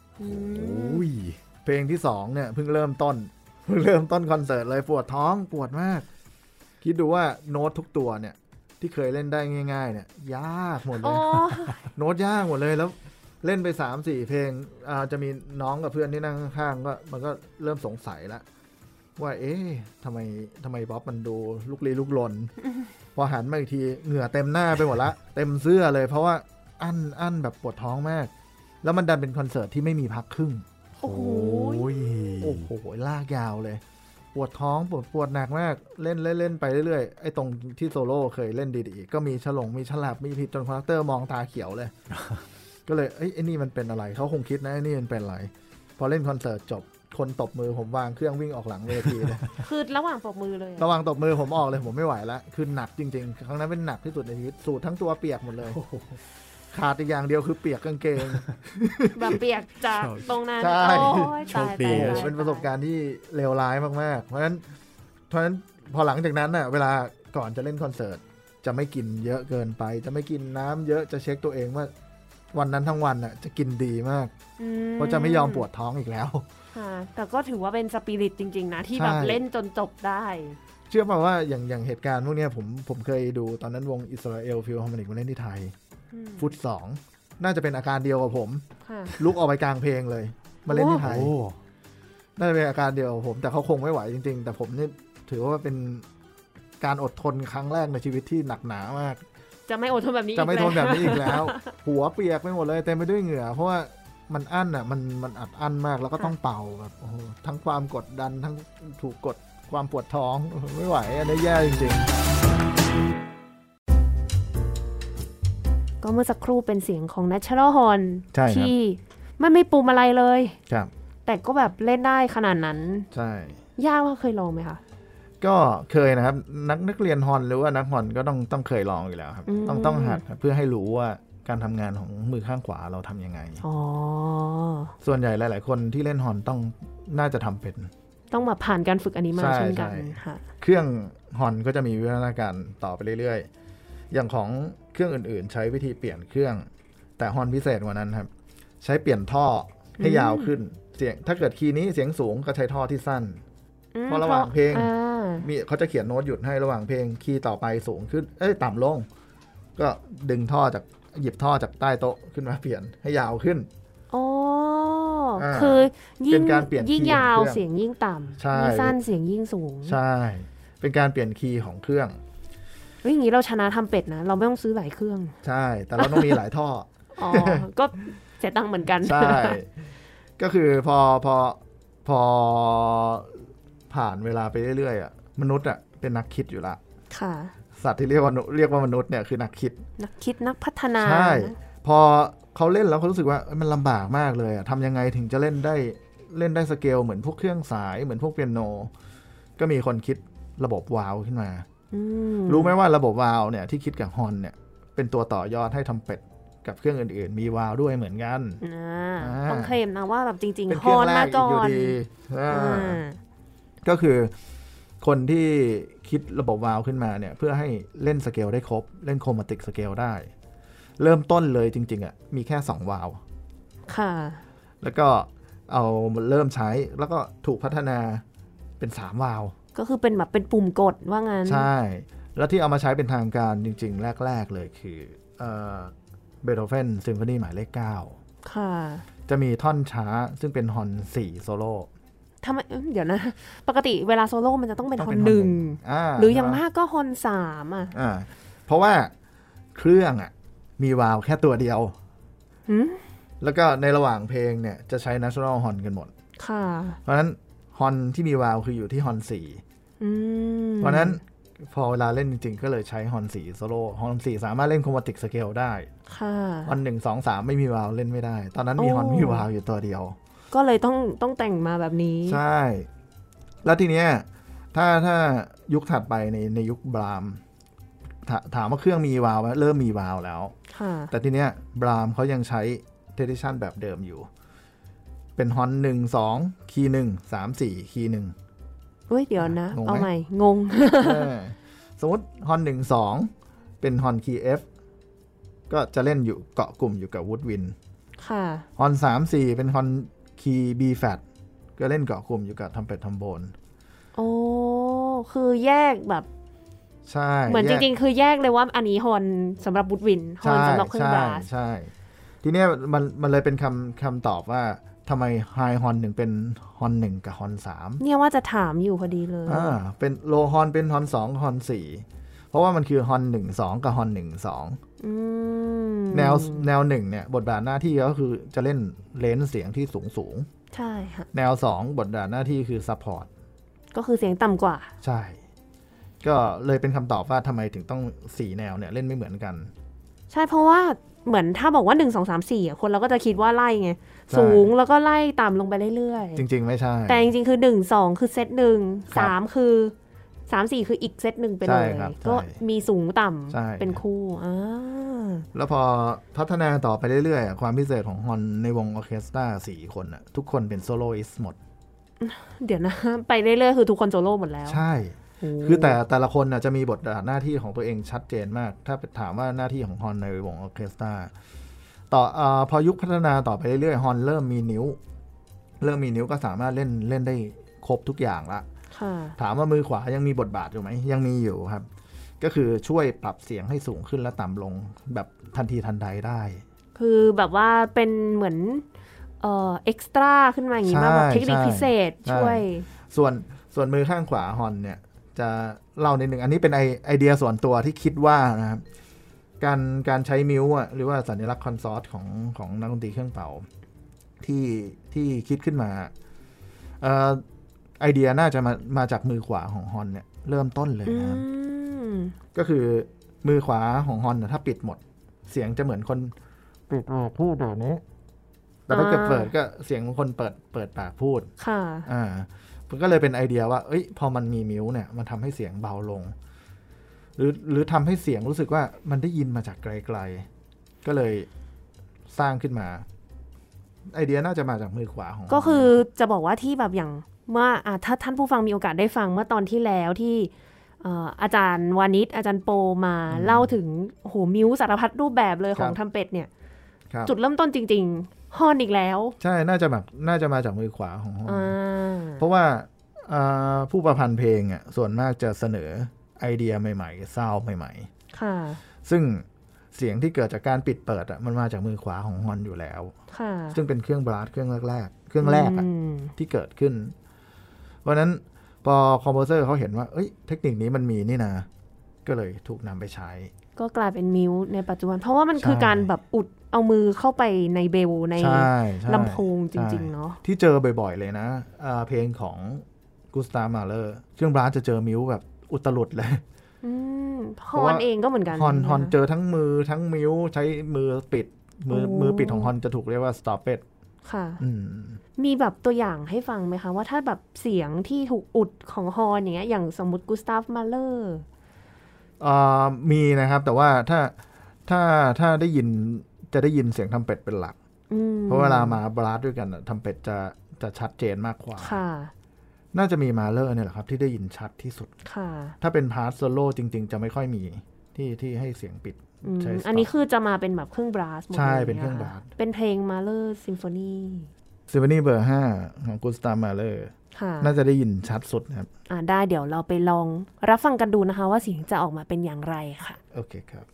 เพลงที่2เนี่ยเพิ่งเริ่มต้นคอนเสิร์ตเลยปวดท้องปวดมากคิดดูว่าโน้ตทุกตัวเนี่ยที่เคยเล่นได้ง่ายๆเนี่ยยากหมดเลยโน้ตยากหมดเลยแล้วเล่นไป 3-4 เพลงจะมีน้องกับเพื่อนที่นั่งข้างๆก็มันก็เริ่มสงสัยแล้วว่าทำไมบ๊อบมันดูลุกลี้ลุกลน พอหันมาอีกทีเหงื่อเต็มหน้าไปหมดละเต็มเสื้อเลยเพราะว่าอั้นแบบปวดท้องมากแล้วมันดันเป็นคอนเสิร์ตที่ไม่มีพักครึ่งโอ้โหลากยาวเลยปวดท้องปวดหนักมากเล่นไปเรื่อยๆไอ้ตรงที่โซโล่เคยเล่นดีๆก็มีฉลับมีผิดจนคอนดักเตอร์มองตาเขียวเลย ก็เลยไอ้นี่มันเป็นอะไรเขาคงคิดนะไอ้นี่มันเป็นอะไรพอเล่นคอนเสิร์ตจบคนตบมือผมวางเครื่องวิ่งออกหลังเวทีเลยคือระหว่างตบมือเลยระหว่างตบมือผมออกเลยผมไม่ไหวแล้วคือหนักจริงๆครั้งนั้นเป็นหนักที่สุดในชีวิตสูททั้งตัวเปียกหมดเลยขาดอีกอย่างเดียวคือเปียกกางเกงแบบเปียกจากตรงนั้นใช่โชคดีเป็นประสบการณ์ที่เลวร้ายมากๆเพราะฉะนั้นพอหลังจากนั้นน่ะเวลาก่อนจะเล่นคอนเสิร์ตจะไม่กินเยอะเกินไปจะไม่กินน้ำเยอะจะเช็คตัวเองว่าวันนั้นทั้งวันน่ะจะกินดีมากเพราะจะไม่ยอมปวดท้องอีกแล้วแต่ก็ถือว่าเป็นสปิริตจริงๆนะที่แบบเล่นจนจบได้เชื่อป่ะว่าอย่างเหตุการณ์พวกนี้ผมเคยดูตอนนั้นวงอิสราเอลฟิลฮาร์โมนิกมาเล่นที่ไทยฟุต2น่าจะเป็นอาการเดียวกับผมลุกออกไปกลางเพลงเลยมาเล่นที่ไทยน่าจะเป็นอาการเดียวกับผมแต่เขาคงไม่ไหวจริงๆแต่ผมนี่ถือว่าเป็นการอดทนครั้งแรกในชีวิตที่หนักหนามากจะไม่อดทนแบบนี้จะไม่ทนแบบนี้อีกแล้วหัวเปียกไปหมดเลยเต็มไปด้วยเหงื่อเพราะว่ามันอั้นมันอัดอั้นมากแล้วก็ต้องเป่าแบบโอ้โหทั้งความกดดันทั้งถูกกดความปวดท้องไม่ไหวอันนี้แย่จริงๆก็เมื่อสักครู่เป็นเสียงของ Natural Horn ที่ไม่ปุ่มอะไรเลยแต่ก็แบบเล่นได้ขนาดนั้นใช่ยากว่าเคยลองไหมคะก็เคยนะครับนักเรียนฮอนหรือว่านักฮอนก็ต้องเคยลองอยู่แล้วครับต้องหัดเพื่อให้รู้ว่าการทำงานของมือข้างขวาเราทำยังไงส่วนใหญ่หลายๆคนที่เล่นฮอนน่าจะทำเป็นต้องมาผ่านการฝึกอันนี้มาเช่นกันค่ะเครื่องฮอนก็จะมีวิวัฒนาการต่อไปเรื่อยๆอย่างของเครื่องอื่นๆใช้วิธีเปลี่ยนเครื่องแต่ฮอนพิเศษกว่านั้นครับใช้เปลี่ยนท่อให้ยาวขึ้นเสียงถ้าเกิดคีย์นี้เสียงสูงก็ใช้ท่อที่สั้นเพราะระหว่างเพลงเขาจะเขียนโน้ตหยุดให้ระหว่างเพลงคีย์ต่อไปสูงขึ้นต่ำลงก็ดึงท่อจากหยิบท่อจากใต้โต๊ะขึ้นมาเปลี่ยนให้ยาวขึ้นคือยิ่งยาวเสียงยิ่งต่ำยิ่งสั้นเสียงยิ่งสูงใช่เป็นการเปลี่ยนคีย์ของเครื่องอย่างนี้เราชนะทำเป็ดนะเราไม่ต้องซื้อหลายเครื่องใช่แต่เราต้องมีหลายท่อก็เสียตังค์เหมือนกันใช่ก็คือพอผ่านเวลาไปเรื่อยๆมนุษย์เป็นนักคิดอยู่ละค่ะสัตว์ที่เรียกว่ามนุษย์เนี่ยคือนักคิดนักพัฒนาใช่พอเขาเล่นแล้วเขารู้สึกว่ามันลำบากมากเลยทำยังไงถึงจะเล่นได้สเกลเหมือนพวกเครื่องสายเหมือนพวกเปียโนก็มีคนคิดระบบวาล์วขึ้นมารู้ไหมว่าระบบวาล์วเนี่ยที่คิดกับฮอนเนี่ยเป็นตัวต่อยอดให้ทำเป็ดกับเครื่องอื่นๆมีวาล์วด้วยเหมือนกันต้องเคลมนะว่าแบบจริงๆฮอนมาก่อนก็คือคนที่คิดระบบวาล์วขึ้นมาเนี่ยเพื่อให้เล่นสเกลได้ครบเล่นโครมาติกสเกลได้เริ่มต้นเลยจริงๆมีแค่2วาล์วค่ะแล้วก็เอาเริ่มใช้แล้วก็ถูกพัฒนาเป็น3วาล์วก็คือเป็นแบบเป็นปุ่มกดว่างั้นใช่แล้วที่เอามาใช้เป็นทางการจริงๆแรกๆเลยคือเบโธเฟนซิมโฟนีหมายเลข9 ค่ะจะมีท่อนช้าซึ่งเป็นฮอน4โซโล่ทำไมเดี๋ยวนะปกติเวลาโซโล่มันจะต้องเป็นฮอน1หรืออย่างมากก็ฮอน3 เพราะว่าเครื่องมีวาล์วแค่ตัวเดียวแล้วก็ในระหว่างเพลงเนี่ยจะใช้ Natural Horn กันหมดค่ะเพราะฉะนั้นฮอนที่มีวาล์วคืออยู่ที่ฮอน4เพราะฉะนั้นพอเวลาเล่นจริงๆก็เลยใช้ฮอน4โซโล่ฮอน4สามารถเล่นโครมาติกสเกลได้ค่ะฮอน1 2 3ไม่มีวาล์วเล่นไม่ได้ตอนนั้นมีฮอนมีวาล์วอยู่ตัวเดียวก็เลยต้องแต่งมาแบบนี้ใช่แล้วทีเนี้ยถ้ายุคถัดไปในยุคบรามถามว่าเครื่องมีวาล์วไหมเริ่มมีวาล์วแล้วแต่ทีเนี้ยบรามเขายังใช้ tradition แบบเดิมอยู่เป็นฮอน1-2คีย์1 3-4คีย์1 เดี๋ยวนะเอาใหม่งงสมมติฮอน1-2เป็นฮอนคีย์ F ก็จะเล่นอยู่เกาะกลุ่มอยู่กับวูดวินฮอน3-4เป็นฮอนคีย์ B flat ก็เล่นเกาะกลุ่มอยู่กับทำเป็ดทำโบนโอ้คือแยกแบบใช่เหมือนจริงๆคือแยกเลยว่าอันนี้ฮอนสำหรับวูดวินฮอนสำหรับเครื่องบราสใช่ทีเนี้ยมันเลยเป็นคำตอบว่าทำไมไฮฮอน1เป็นฮอน1กับฮอน3 เนี่ยว่าจะถามอยู่พอดีเลยเป็นโลฮอนเป็นฮอน2ฮอน4เพราะว่ามันคือฮอน1-2กับฮอน1-2แนว1เนี่ยบทบาทหน้าที่ก็คือจะเล่นเลนส์เสียงที่สูงใช่ค่ะแนว2บทบาทหน้าที่คือซัพพอร์ตก็คือเสียงต่ำกว่าใช่ก็เลยเป็นคำตอบว่าทำไมถึงต้อง4แนวเนี่ยเล่นไม่เหมือนกันใช่เพราะว่าเหมือนถ้าบอกว่า1 2 3 4คนเราก็จะคิดว่าไล่ไงสูงแล้วก็ไล่ต่ำลงไปเรื่อยๆจริงๆไม่ใช่แต่จริงๆคือ1 2คือเซต1 3คือ3 4คืออีกเซต1ไปเลยก็มีสูงต่ำเป็นคู่แล้วพอพัฒนาต่อไปเรื่อยๆความพิเศษของฮอนในวงออร์เคสตรา4คนน่ะทุกคนเป็นโซโลอิสต์หมดเดี๋ยวนะไปเรื่อยๆคือทุกคนโซโล่หมดแล้วใช่คือแต่ละคนน่ะจะมีบทบาทหน้าที่ของตัวเองชัดเจนมากถ้าถามว่าหน้าที่ของฮอนในวงออร์เคสตราพอยุคพัฒนาต่อไปเรื่อยๆฮอนเริ่มมีนิ้วก็สามารถเล่นได้ครบทุกอย่างละถามว่ามือขวายังมีบทบาทอยู่ไหมยังมีอยู่ครับก็คือช่วยปรับเสียงให้สูงขึ้นและต่ำลงแบบทันทีทันใดได้คือแบบว่าเป็นเหมือนเอ็กซ์ตร้าขึ้นมาอย่างนี้มาแบบเทคนิคพิเศษช่วยส่วนมือข้างขวาฮอนเนี่ยจะเล่านิดนึงอันนี้เป็นไอเดียส่วนตัวที่คิดว่านะครับการใช้มิวหรือว่าสัญลักษณ์คอนซอร์ตของนักดนตรีเครื่องเป่าที่คิดขึ้นมาไอเดียน่าจะมาจากมือขวาของฮอนเนี่ยเริ่มต้นเลยนะครับก็คือมือขวาของฮอนถ้าปิดหมดเสียงจะเหมือนคนปิดพูดแบบนี้แต่ถ้าเกิดเปิดก็เสียงของคนเปิดปากพูดค่ะมันก็เลยเป็นไอเดียว่าพอมันมีมิวเนี่ยมันทำให้เสียงเบาลงหรือทำให้เสียงรู้สึกว่ามันได้ยินมาจากไกลๆก็เลยสร้างขึ้นมาไอเดียน่าจะมาจากมือขวาของก็คือจะบอกว่าที่แบบอย่างเมื่อถ้าท่านผู้ฟังมีโอกาสได้ฟังเมื่อตอนที่แล้วที่อาจารย์วานิชอาจารย์โปมาเล่าถึงโหมิวสารพัดรูปแบบเลยของทำเป็ดเนี่ยจุดเริ่มต้นจริงๆฮอนอีกแล้วใช่น่าจะมาจากมือขวาของฮอนเพราะว่าผู้ประพันธ์เพลงอ่ะส่วนมากจะเสนอไอเดียใหม่ๆซาวด์ใหม่ๆค่ะซึ่งเสียงที่เกิดจากการปิดเปิดอ่ะมันมาจากมือขวาของฮอนอยู่แล้วค่ะซึ่งเป็นเครื่องบราสเครื่องแรกที่เกิดขึ้นเพราะนั้นพอคอมโพเซอร์เขาเห็นว่าเทคนิคนี้มันมีนี่นะก็เลยถูกนำไปใช้ก็กลายเป็นมิวในปัจจุบันเพราะว่ามันคือการแบบอุดเอามือเข้าไปในเบลในลำโพงจริงๆเนาะที่เจอบ่อยๆเลยนะเพลงของกุสตาฟ มาเลอร์เครื่องบราสจะเจอมิวแบบอุตลุดเลยฮอนเองก็เหมือนกันฮอนเจอทั้งมือทั้งมิวใช้มือปิดมือปิดของฮอนจะถูกเรียกว่าสต็อปเป็ดค่ะมีแบบตัวอย่างให้ฟังไหมคะว่าถ้าแบบเสียงที่ถูกอุดของฮอนอย่างเงี้ยอย่างสมมุติกุสตาฟ มาเลอร์มีนะครับแต่ว่าถ้าได้ยินจะได้ยินเสียงทำเป็ดเป็นหลักเพราะเวลามาบราสด้วยกันทำเป็ดจะชัดเจนมากกว่าน่าจะมีมาเลอร์เนี่ยแหละครับที่ได้ยินชัดที่สุดถ้าเป็นพาร์ทโซโล่จริงๆจะไม่ค่อยมีที่ให้เสียงปิดอันนี้คือจะมาเป็นแบบเครื่องบราสใช่เป็นเครื่องบราสเป็นเพลงมาเลอร์ซิมโฟนีเบอร์5ของกุสตาฟ มาเลอร์น่าจะได้ยินชัดสุดครับได้เดี๋ยวเราไปลองรับฟังกันดูนะคะว่าเสียงจะออกมาเป็นอย่างไรค่ะโอเคครับ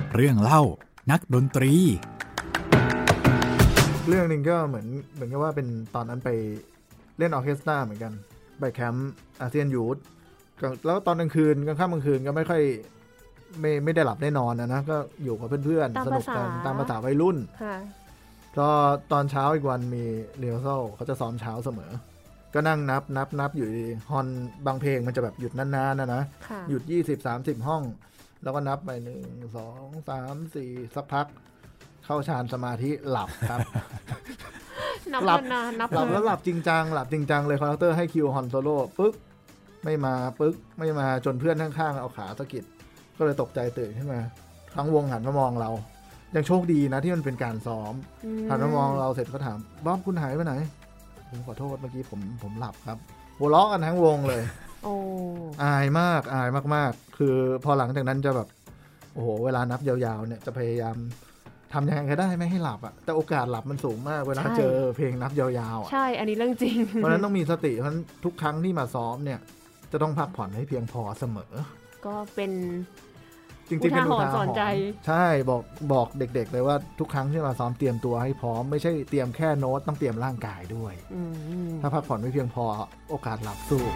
เรื่องเล่านักดนตรีเรื่องนึงก็เหมือนกับว่าเป็นตอนนั้นไปเล่นออร์เคสตราเหมือนกันไปแคมป์อาเซียนยูทแล้วตอนกลางคืนกลางค่ำกลางคืนก็ไม่ค่อยไม่ได้หลับได้นอนนะก็อยู่กับเพื่อนๆสนุกกันตามภาษาวัยรุ่นก็ตอนเช้าอีกวันมีเรียลโซ่เขาจะซ้อมเช้าเสมอก็นั่งนับอยู่ฮอนบางเพลงมันจะแบบหยุดนานๆนะหยุด20-30 ห้องแล้วก็นับไป1 2 3 4สักพักเข้าฌานสมาธิหลับครับหลับแล้วหลับจริงจังเลยคอนดักเตอร์ให้คิวฮอนโซโล่ปึ๊กไม่มาจนเพื่อนข้างๆเอาขาสะกิดก็เลยตกใจตื่นขึ้นมาทั้งวงหันมามองเรายังโชคดีนะที่มันเป็นการซ้อมหันมามองเราเสร็จก็ถามบ๊อบคุณหายไปไหนผมขอโทษเมื่อกี้ผมหลับครับหัวเราะกันทั้งวงเลยอายมากคือพอหลังจากนั้นจะแบบโอ้โหเวลานับยาวๆเนี่ยจะพยายามทำยังไงก็ได้ไม่ให้หลับอ่ะแต่โอกาสหลับมันสูงมากเวลาเจอเพลงนับยาวๆใช่อันนี้เรื่องจริงเพราะฉะนั้นต้องมีสติเพราะฉะนั้นทุกครั้งที่มาซ้อมเนี่ยจะต้องพักผ่อนให้เพียงพอเสมอก็เป็นจริงๆเป็นอุทาหรณ์ใจใช่บอกเด็กๆเลยว่าทุกครั้งที่มาซ้อมเตรียมตัวให้พร้อมไม่ใช่เตรียมแค่โน้ตต้องเตรียมร่างกายด้วยถ้าพักผ่อนไม่เพียงพอโอกาสหลับสูง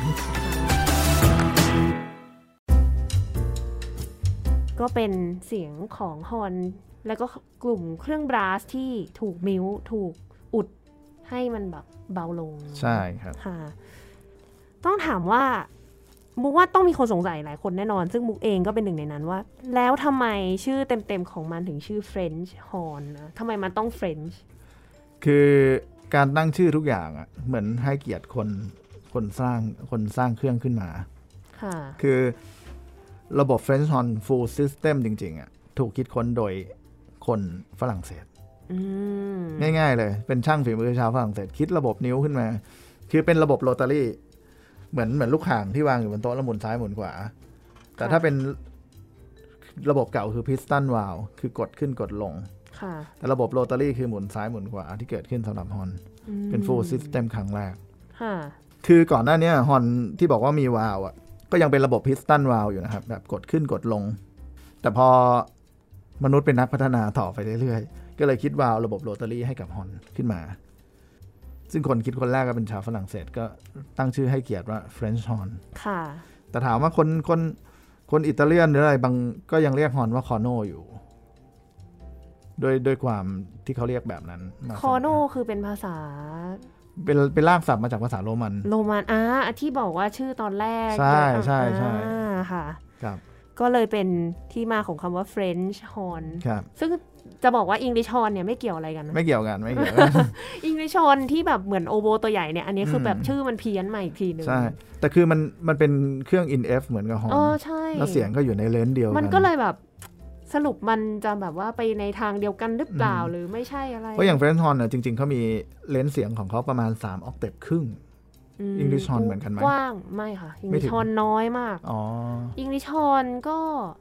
ก็เป็นเสียงของฮอร์นแล้วก็กลุ่มเครื่องบราสที่ถูกมิวถูกอุดให้มันแบบเบาลงใช่ครับต้องถามว่ามุกว่าต้องมีคนสงสัยหลายคนแน่นอนซึ่งมุกเองก็เป็นหนึ่งในนั้นว่าแล้วทำไมชื่อเต็มๆของมันถึงชื่อ French Horn นะทำไมมันต้อง French คือการตั้งชื่อทุกอย่างอ่ะเหมือนให้เกียรติคนสร้างเครื่องขึ้นมาคือระบบ French Horn Full System จริงๆอ่ะถูกคิดค้นโดยคนฝรั่งเศสง่ายๆเลยเป็นช่างฝีมือชาวฝรั่งเศสคิดระบบนิ้วขึ้นมาคือเป็นระบบโรตารี่เหมือนลูกข่างที่วางอยู่บนโต๊ะแล้วหมุนซ้ายหมุนขวาแต่ถ้าเป็นระบบเก่าคือพิสตันวาลว์คือกดขึ้นกดลงแต่ระบบโรตารี่คือหมุนซ้ายหมุนขวาที่เกิดขึ้นสำหรับฮอนเป็น full system ครั้งแรกคือก่อนหน้านี้ฮอนที่บอกว่ามีวาลว์อ่ะก็ยังเป็นระบบพิสตันวาลว์อยู่นะครับแบบกดขึ้นกดลงแต่พอมนุษย์เป็นนักพัฒนาต่อไปเรื่อยๆก็เลยคิดวาลว์ระบบโรตารี่ให้กับฮอนขึ้นมาซึ่งคนคิดคนแรกก็เป็นชาวฝรั่งเศสก็ตั้งชื่อให้เกียรติว่า French Horn ค่ะแต่ถามว่าคนอิตาเลียนหรืออะไรบางก็ยังเรียกฮอนว่าคอโนอยู่โดยความที่เขาเรียกแบบนั้นคอโนคือเป็นภาษาเป็นรากศัพท์มาจากภาษาโรมันที่บอกว่าชื่อตอนแรกใช่ค่ะครับก็เลยเป็นที่มาของคำว่า French Horn ครับซึ่งจะบอกว่า English Horn เนี่ยไม่เกี่ยวอะไรกันไม่เกี่ยวกัน English Horn ที่แบบเหมือนโอโบตัวใหญ่เนี่ยอันนี้คือแบบชื่อมันเพี้ยนใหม่อีกทีนึงใช่แต่คือมันเป็นเครื่อง in F เหมือนกับ Horn ใช่แล้วเสียงก็อยู่ในเลนส์เดียวกันมันก็เลยแบบสรุปมันจะแบบว่าไปในทางเดียวกันหรือเปล่าหรือไม่ใช่อะไรเพราะอย่าง French Horn เนี่ยจริงๆเขามีเลนส์เสียงของเขาประมาณ3ออกเทปครึ่งEnglish Horn เหมือนกันไหมกว้างไม่ค่ะ English Horn น้อยมากEnglish Horn ก็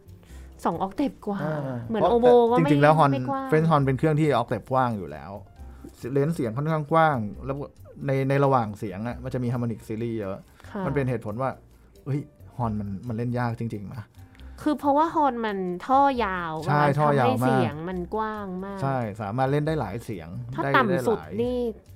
2ออกเทปกว่าเหมือนโอโบก็ไม่จริงๆแล้วฮอนเฟรนช์ฮอนเป็นเครื่องที่ออกเทปกว้างอยู่แล้วเลนส์เสียงค่อนข้างกว้างแล้วในระหว่างเสียงอ่ะมันจะมีฮาร์โมนิกซีรีส์เยอะมันเป็นเหตุผลว่าเฮ้ยฮอนมันเล่นยากจริงๆนะคือเพราะว่าฮอนมันท่อยาวใช่ท่อยาวมากเสียงมันกว้างมากใช่สามารถเล่นได้หลายเสียงถ้าต่ำสุดนี่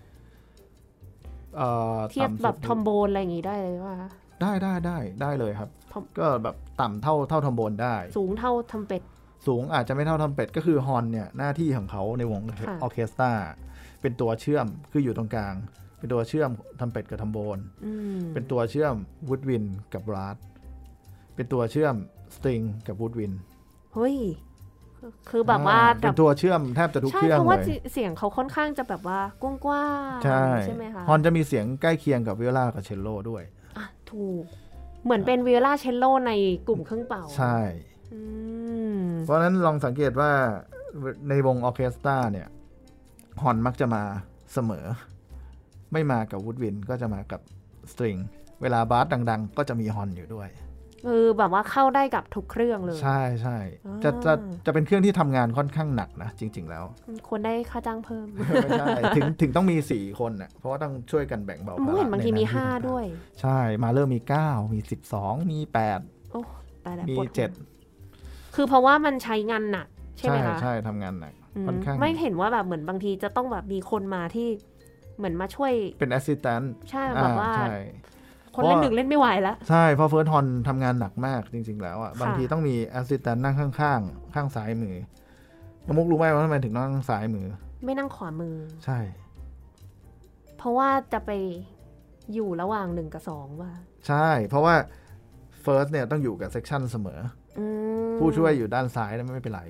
เทียบแบบทอมโบนอะไรอย่างงี้ได้เลยว่าได้เลยครับก็แบบต่ำเท่าทอมโบนได้สูงเท่าทำเป็ดสูงอาจจะไม่เท่าทำเป็ดก็คือฮอนเนี่ยหน้าที่ของเขาในวงออเคสตราเป็นตัวเชื่อมคืออยู่ตรงกลางเป็นตัวเชื่อมทำเป็ดกับทอมโบนเป็นตัวเชื่อมวูดวินกับบราสเป็นตัวเชื่อมสตริงกับวูดวินเฮ้ยคือแบบว่าเป็นตัวเชื่อมแทบจะทุกเครื่องเลยเพราะว่าเสียงเขาค่อนข้างจะแบบว่ากว้างๆใช่ไหมคะฮอนจะมีเสียงใกล้เคียงกับวิโอลากับเชลโลด้วยถูกเหมือนเป็นวิโอลาเชลโลในกลุ่มเครื่องเป่าใช่เพราะนั้นลองสังเกตว่าในวงออร์เคสตราเนี่ยฮอนมักจะมาเสมอไม่มากับวูดวินก็จะมากับสตริงเวลาบาสดังๆก็จะมีฮอนอยู่ด้วยคือแบบว่าเข้าได้กับทุกเครื่องเลยใช่ใช่จะเป็นเครื่องที่ทำงานค่อนข้างหนักนะจริงๆแล้วควรได้ค่าจ้างเพิ่มไม่ใช่ถึงต้องมี4คนน่ะเพราะว่าต้องช่วยกันแบ่งเบาภาระเห็นบางทีมี5ด้วยใช่มาเริ่มมี9มี12มี8 โอ้ตายแล้วมี7 คือเพราะว่ามันใช้งานหนักใช่ไหมคะใช่ทำงานหนักค่อนข้างไม่เห็นว่าแบบเหมือนบางทีจะต้องแบบมีคนมาที่เหมือนมาช่วยเป็นแอสซิสแตนต์ใช่แบบว่าคนเล่นหนึ่งเล่นไม่ไหวแล้วใช่เพราะเฟิร์สฮอนทำงานหนักมากจริงๆแล้วอ่ะบางทีต้องมีแอสซิสแตนต์นั่งข้างๆข้างซ้ายมือน้ำมุกรู้ไหมว่าทำไมถึงนั่งซ้ายมือไม่นั่งขวามือใช่เพราะว่าจะไปอยู่ระหว่าง1กับ2ว่าใช่เพราะว่าเฟิร์สเนี่ยต้องอยู่กับเซกชันเสมอผู้ช่วยอยู่ด้านซ้ายแล้วไม่เป็นไร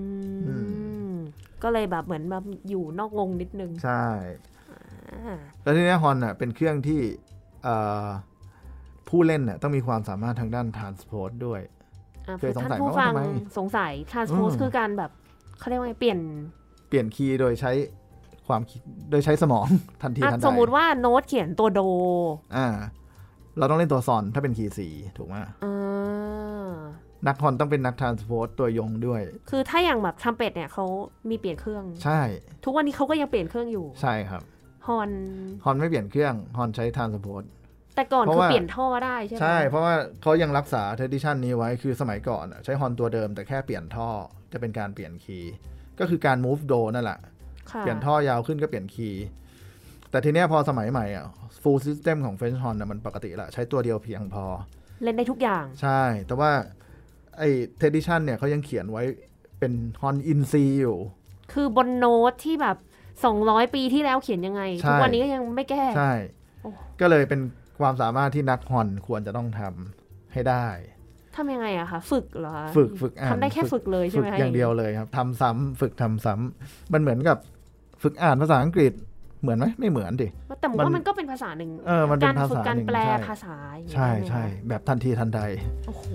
ก็เลยแบบเหมือนแบบอยู่นอกวงนิดนึงใช่แล้วทีนี้ฮอนอ่ะเป็นเครื่องที่ผู้เล่นเนี่ยต้องมีความสามารถทางด้าน transport ด้วยเคยสงสัยว่าทำไมสงสัย transport คือการแบบเขาเรียกว่าเปลี่ยนคีย์โดยใช้ความคิดโดยใช้สมองทันทีทันใดสมมุติว่าโน้ตเขียนตัวโดเราต้องเล่นตัวซอนถ้าเป็นคีย์4ถูกไหมนักฮอนต้องเป็นนัก transport ตัวยงด้วยคือถ้าอย่างแบบทรัมเป็ตเนี่ยเขามีเปลี่ยนเครื่องใช่ทุกวันนี้เขาก็ยังเปลี่ยนเครื่องอยู่ใช่ครับฮอนไม่เปลี่ยนเครื่องฮอนใช้ transport แต่ก่อนคือเปลี่ยนท่อได้ใช่ไหมใช่เพราะว่าเขายังรักษา tradition นี้ไว้คือสมัยก่อนใช้ฮอนตัวเดิมแต่แค่เปลี่ยนท่อจะเป็นการเปลี่ยนคีย์ก็คือการ move do นั่นแหละเปลี่ยนท่อยาวขึ้นก็เปลี่ยนคีย์แต่ทีเนี้ยพอสมัยใหม่full system ของ French Horn มันปกติละใช้ตัวเดียวเพียงพอเล่นได้ทุกอย่างใช่แต่ว่าไอ้ tradition เนี่ยเขายังเขียนไว้เป็น Horn in C อยู่คือบนโน้ตที่แบบ200 ปีที่แล้วเขียนยังไงทุกวันนี้ก็ยังไม่แก้ใช่ก็เลยเป็นความสามารถที่นักฮอนควรจะต้องทำให้ได้ทำยังไงอะคะฝึกเหรอฝึกอ่านทำได้แค่ฝึกเลยใช่ไหมฝึกอย่างเดียวเลยครับทำซ้ำฝึกทำซ้ำมันเหมือนกับฝึกอ่านภาษาอังกฤษเหมือนไหมไม่เหมือนดิแต่มันก็เป็นภาษาหนึ่งการฝึกการแปลภาษาใช่ใช่แบบทันทีทันใดโอ้โห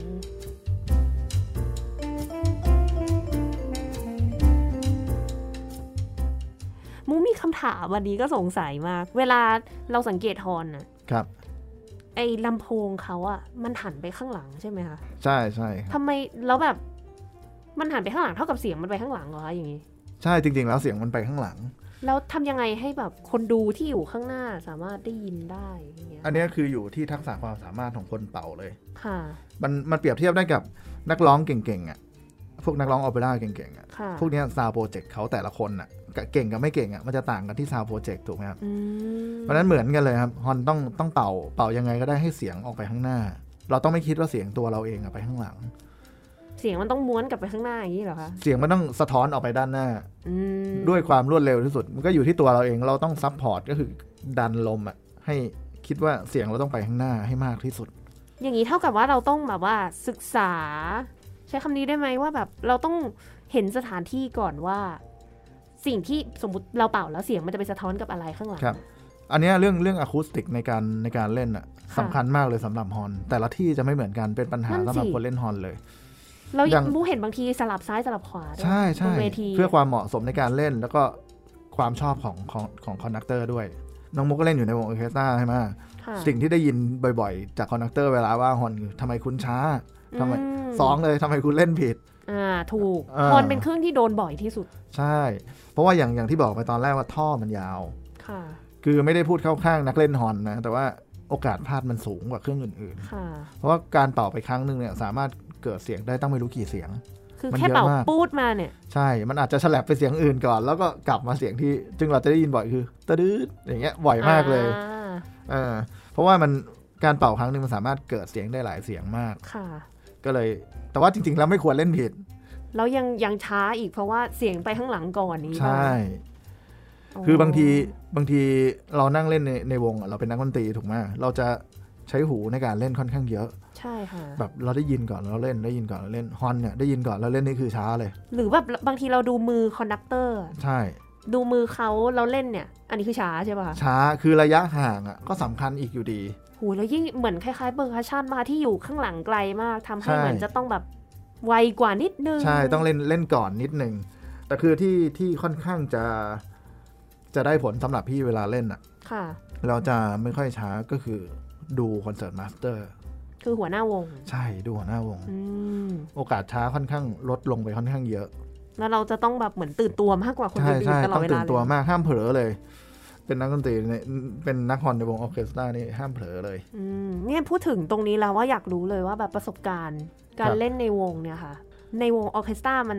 มูมีคำถามวันนี้ก็สงสัยมากเวลาเราสังเกตฮอนครับไอ้ลำโพงเขาอะมันหันไปข้างหลังใช่ไหมคะใช่ใช่ทำไมแล้วแบบมันหันไปข้างหลังเท่ากับเสียงมันไปข้างหลังเหรอคะอย่างนี้ใช่จริงๆแล้วเสียงมันไปข้างหลังแล้วทำยังไงให้แบบคนดูที่อยู่ข้างหน้าสามารถได้ยินได้อย่างเงี้ยอันนี้คืออยู่ที่ทักษะความสามารถของคนเป่าเลยค่ะมันเปรียบเทียบได้กับนักร้องเก่งๆพวกนักร้องออเปร่าเก่งๆพวกนี้ซาวด์โปรเจกต์เขาแต่ละคนเก่งกับไม่เก่งมันจะต่างกันที่ซาวด์โปรเจกต์ถูกไหมครับเพราะฉะนั้นเหมือนกันเลยครับฮอนต้องเป่ายังไงก็ได้ให้เสียงออกไปข้างหน้าเราต้องไม่คิดว่าเสียงตัวเราเองไปข้างหลังเสียงมันต้องม้วนกลับไปข้างหน้าอย่างนี้เหรอคะเสียงมันต้องสะท้อนออกไปด้านหน้าด้วยความรวดเร็วที่สุดมันก็อยู่ที่ตัวเราเองเราต้องซัพพอร์ตก็คือดันลมให้คิดว่าเสียงเราต้องไปข้างหน้าให้มากที่สุดอย่างนี้เท่ากับว่าเราต้องแบบว่าศึกษาใช้คำนี้ได้ไหมว่าแบบเราต้องเห็นสถานที่ก่อนว่าสิ่งที่สมมติเราเป่าแล้วเสียงมันจะไปสะท้อนกับอะไรข้างหลังครับอันนี้เรื่องอะคูสติกในการเล่นสำคัญมากเลยสำหรับฮอนแต่ละที่จะไม่เหมือนกันเป็นปัญหาสำหรับคนเล่นฮอนเลยเรามูเห็นบางทีสลับซ้ายสลับขวาใช่ใช่เพื่อความเหมาะสมในการเล่นแล้วก็ความชอบของคอนดักเตอร์ด้วยน้องมุกก็เล่นอยู่ในวงออร์เคสตราใช่ไหมสิ่งที่ได้ยินบ่อยๆจากคอนดักเตอร์เวลาว่าฮอนทำไมคุณช้าทำไม2เลยทำไมคุณเล่นผิดถูกฮอนเป็นเครื่องที่โดนบ่อยที่สุดใช่เพราะว่าอย่างที่บอกไปตอนแรกว่าท่อมันยาวค่ะคือไม่ได้พูดเข้าข้างนักเล่นฮอนนะแต่ว่าโอกาสพลาดมันสูงกว่าเครื่องอื่นๆเพราะว่าการเป่าไปครั้งนึงเนี่ยสามารถเกิดเสียงได้ตั้งไม่รู้กี่เสียงคือแค่เป่าปูดมาเนี่ยใช่มันอาจจะฉลับไปเสียงอื่นก่อนแล้วก็กลับมาเสียงที่จึงเราจะได้ยินบ่อยคือตะดื้ออย่างเงี้ยบ่อยมากเลยเพราะว่ามันการเป่าครั้งนึงมันสามารถเกิดเสียงได้หลายเสียงมากค่ะก็เลยแต่ว่าจริงๆแล้วไม่ควรเล่นผิดแล้วยังช้าอีกเพราะว่าเสียงไปข้างหลังก่อนนี้ใช่คือบางทีเรานั่งเล่นในวงเราเป็นนักดนตรีถูกไหมเราจะใช้หูในการเล่นค่อนข้างเยอะใช่ค่ะแบบเราได้ยินก่อนเราเล่นได้ยินก่อนเราเล่นฮอนเนี่ยได้ยินก่อนเราเล่นนี่คือช้าเลยหรือแบบบางทีเราดูมือคอนดักเตอร์ใช่ดูมือเขาเราเล่นเนี่ยอันนี้คือช้าใช่ป่ะช้าคือระยะห่างก็สำคัญอีกอยู่ดีหูแล้วยิ่งเหมือนคล้ายๆเบอร์คัชชั่นมาที่อยู่ข้างหลังไกลมากทำให้เหมือนจะต้องแบบไวกว่านิดนึงใช่ต้องเล่นก่อนนิดนึงแต่คือที่ค่อนข้างจะได้ผลสำหรับพี่เวลาเล่นค่ะเราจะไม่ค่อยช้าก็คือดูคอนเสิร์ตมาสเตอร์คือหัวหน้าวงใช่ดูหัวหน้าวงโอกาสช้าค่อนข้างลดลงไปค่อนข้างเยอะแล้วเราจะต้องแบบเหมือนตื่นตัวมากกว่าคนอื่นตลอดเวลาเลยตื่นตัวมากห้ามเผลอเลยเป็นนักดนตรีเป็นนักฮอนในวงออร์เคสตรานี่ห้ามเผลอเลยเนี่ยพูดถึงตรงนี้แล้วว่าอยากรู้เลยว่าแบบประสบการณ์การเล่นในวงเนี่ยค่ะในวงออร์เคสตรามันแบบ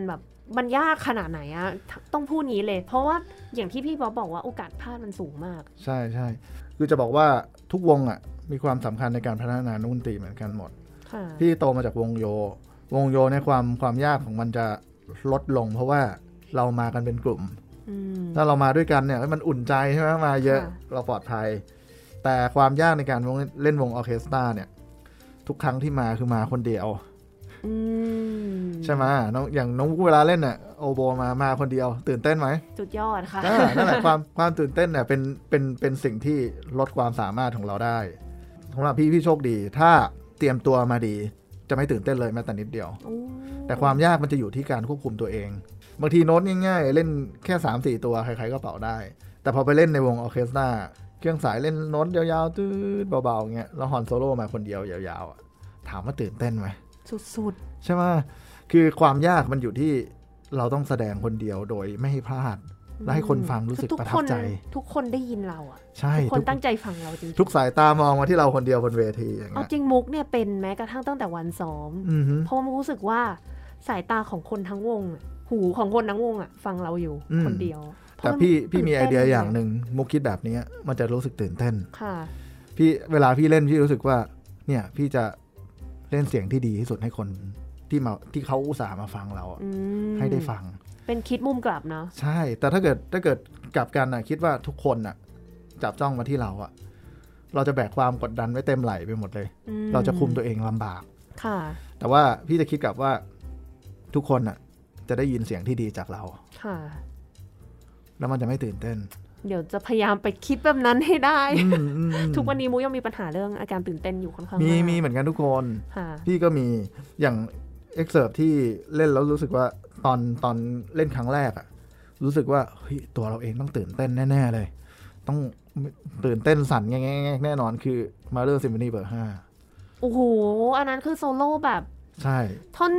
มันยากขนาดไหนอะต้องพูดงี้เลยเพราะว่าอย่างที่พี่บ๊อบบอกว่าโอกาสพลาดมันสูงมากใช่ใช่คือจะบอกว่าทุกวงอ่ะมีความสำคัญในการพัฒนาดนตรีเหมือนกันหมดพี่โตมาจากวงโยในความยากของมันจะลดลงเพราะว่าเรามากันเป็นกลุ่มถ้าเรามาด้วยกันเนี่ยมันอุ่นใจใช่ไหมมาเยอะเราปลอดภัยแต่ความยากในการเล่นวงออร์เคสตราเนี่ยทุกครั้งที่มาคือมาคนเดียวใช่ไหมอย่างน้องเวลาเล่นเนี่ยโอโบมาคนเดียวตื่นเต้นไหมสุดยอดค่ะนั่นแหละความตื่นเต้นเนี่ยเป็นสิ่งที่ลดความสามารถของเราได้สำหรับพี่โชคดีถ้าเตรียมตัวมาดีจะไม่ตื่นเต้นเลยแม้แต่นิดเดียวแต่ความยากมันจะอยู่ที่การควบคุมตัวเองบางทีโน้ตง่ายๆเล่นแค่ 3-4 ตัวใครๆก็เป่าได้แต่พอไปเล่นในวงออร์เคสตราเครื่องสายเล่นโน้ตยาวๆตืดเบาๆเงี้ยแล้วฮอนโซโล่มาคนเดียวยาวๆถามว่าตื่นเต้นไหมสุดๆใช่ไหมคือความยากมันอยู่ที่เราต้องแสดงคนเดียวโดยไม่ให้พลาดและให้คนฟังรู้สึกประทับใจทุกคนได้ยินเราอ่ะใช่ทุกคนตั้งใจฟังเราจริงทุกสายตามองมาที่เราคนเดียวบนเวทีอย่างเงี้ยเอาจริงมุกเนี่ยเป็นแม้กระทั่งตั้งแต่วันซ้อมเพราะมุกรู้สึกว่าสายตาของคนทั้งวงหูของคนทั้งวงอ่ะฟังเราอยู่คนเดียวแต่พี่มีไอเดียอย่างหนึ่งมุกคิดแบบนี้มันจะรู้สึกตื่นเต้นค่ะเวลาพี่เล่นพี่รู้สึกว่าเนี่ยพี่จะเล่นเสียงที่ดีที่สุดให้คนที่เขาอุตส่าห์มาฟังเราให้ได้ฟังเป็นคิดมุมกลับเนาะใช่แต่ถ้าเกิดกลับกันคิดว่าทุกคนจับจ้องมาที่เราเราจะแบกความกดดันไว้เต็มไหล่ไปหมดเลยเราจะคุมตัวเองลำบากค่ะแต่ว่าพี่จะคิดกลับว่าทุกคนจะได้ยินเสียงที่ดีจากเราค่ะแล้วมันจะไม่ตื่นเต้นเดี๋ยวจะพยายามไปคิดแบบนั้นให้ได้ทุกวันนี้มุกยังมีปัญหาเรื่องอาการตื่นเต้นอยู่ค่อนข้างมีเหมือนกันทุกคนพี่ก็มีอย่างเอ็กเซิร์ฟที่เล่นแล้วรู้สึกว่าตอนเล่นครั้งแรกรู้สึกว่าเฮ้ยตัวเราเองต้องตื่นเต้นแน่ๆเลยต้องตื่นเต้นสั่นแง่ๆแน่นอนคือมาเรื่องซิมโฟนีเบอร์5 โอ้โหอันนั้นคือโซโล่แบบใช่ท่อน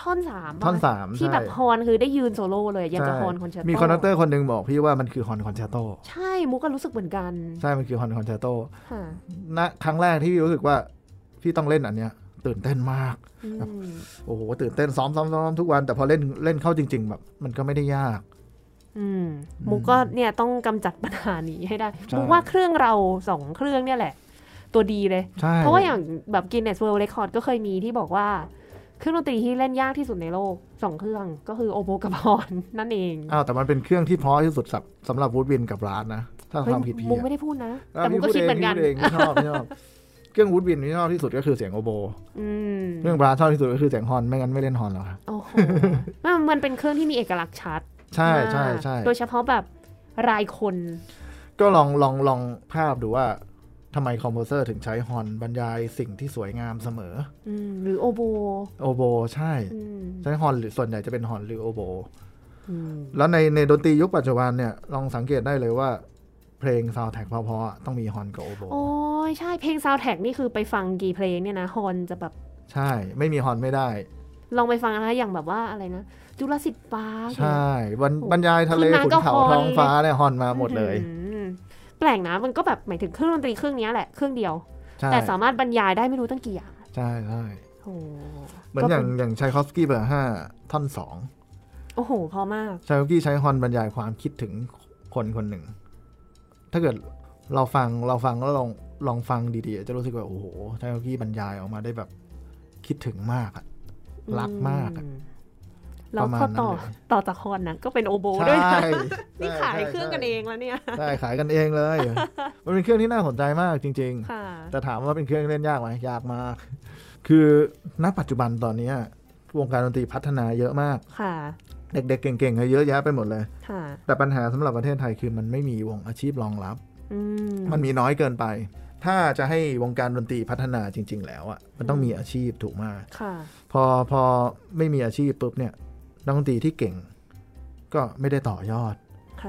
3ที่แบบฮอนคือได้ยืนโซโล่เลยยังกับฮอนคอนแชร์โตมีคอนดักเตอร์คนนึงบอกพี่ว่ามันคือฮอนคอนแชร์โตใช่มุกก็รู้สึกเหมือนกันใช่มันคือฮอนคอนแชร์โตณครั้งแรกที่พี่รู้สึกว่าพี่ต้องเล่นอันเนี้ยตื่นเต้นมากโอ้โหตื่นเต้นซ้อมทุกวันแต่พอเล่นเข้าจริงๆแบบมันก็ไม่ได้ยากมุกก็เนี่ยต้องกำจัดปัญหานี้ให้ได้มุกว่าเครื่องเรา2เครื่องเนี่ยแหละตัวดีเลยเพราะว่าอย่างแบบ Guinness World Record ก็เคยมีที่บอกว่าเครื่องดนตรีที่เล่นยากที่สุดในโลก2เครื่องก็คือโอโบกับฮอนนั่นเองแต่มันเป็นเครื่องที่เพราะที่สุดสำหรับวูดวินกับร้านนะถ้าความผิดมุกไม่ได้พูดนะแต่มุกก็คิดเหมือนกันไม่ชอบเครื่องวูดวินที่ชอบที่สุดก็คือเสียงโอโบเครื่องบราชอบที่สุดก็คือเสียงฮอนไม่งั้นไม่เล่นฮอนหรอกครับโอ้โหมันเป็นเครื่องที่มีเอกลักษณ์ชัดใช่โดยเฉพาะแบบรายคนก็ลองภาพดูว่าทำไมคอมโพเซอร์ถึงใช้ฮอนบรรยายสิ่งที่สวยงามเสมอหรือโอโบใช่ใช้ฮอนหรือส่วนใหญ่จะเป็นฮอนหรือโอโบแล้วในดนตรียุคปัจจุบันเนี่ยลองสังเกตได้เลยว่าเพลงซาวด์แทร็กเพราะๆต้องมีฮอนกับโอโบโอ้ยใช่เพลงซาวด์แทร็กนี่คือไปฟังกี่เพลงเนี่ยนะฮอนจะแบบใช่ไม่มีฮอนไม่ได้ลองไปฟังนะอย่างแบบว่าอะไรนะจุลศิษย์ปาร์คใช่บรรยายทะเลขุนเขาท้องฟ้าเนี่ยฮอนมาหมดเลยแปลกนะมันก็แบบหมายถึงเครื่องดนตรีเครื่องนี้แหละเครื่องเดียวแต่สามารถบรรยายได้ไม่รู้ตั้งกี่อย่างใช่เหมือนอย่างชัยคอฟสกี้เบอร์5ท่อน2 โอ้โหพอมากชัยคอฟสกี้ใช้ฮอนบรรยายความคิดถึงคนหนึ่งถ้าเกิดเราฟังแล้วลองฟังดีๆจะรู้สึกว่าโอ้โหชัยคอฟสกี้บรรยายออกมาได้แบบคิดถึงมากรักมากแล้วพอต่อจากฮอนนะก็เป็นโอโบด้วยนะนี่ขายเครื่องกันเองแล้วเนี่ยใช่ขายกันเองเลยมันเป็นเครื่องที่น่าสนใจมากจริงๆแต่ถามว่าเป็นเครื่องเล่นยากไหมยากมากคือณปัจจุบันตอนนี้วงการดนตรีพัฒนาเยอะมากเด็กๆเก่งๆเยอะแยะไปหมดเลยแต่ปัญหาสำหรับประเทศไทยคือมันไม่มีวงอาชีพรองรับมันมีน้อยเกินไปถ้าจะให้วงการดนตรีพัฒนาจริงๆแล้วมันต้องมีอาชีพถูกมากพอไม่มีอาชีพปุ๊บเนี่ยนักดนตรีที่เก่งก็ไม่ได้ต่อยอด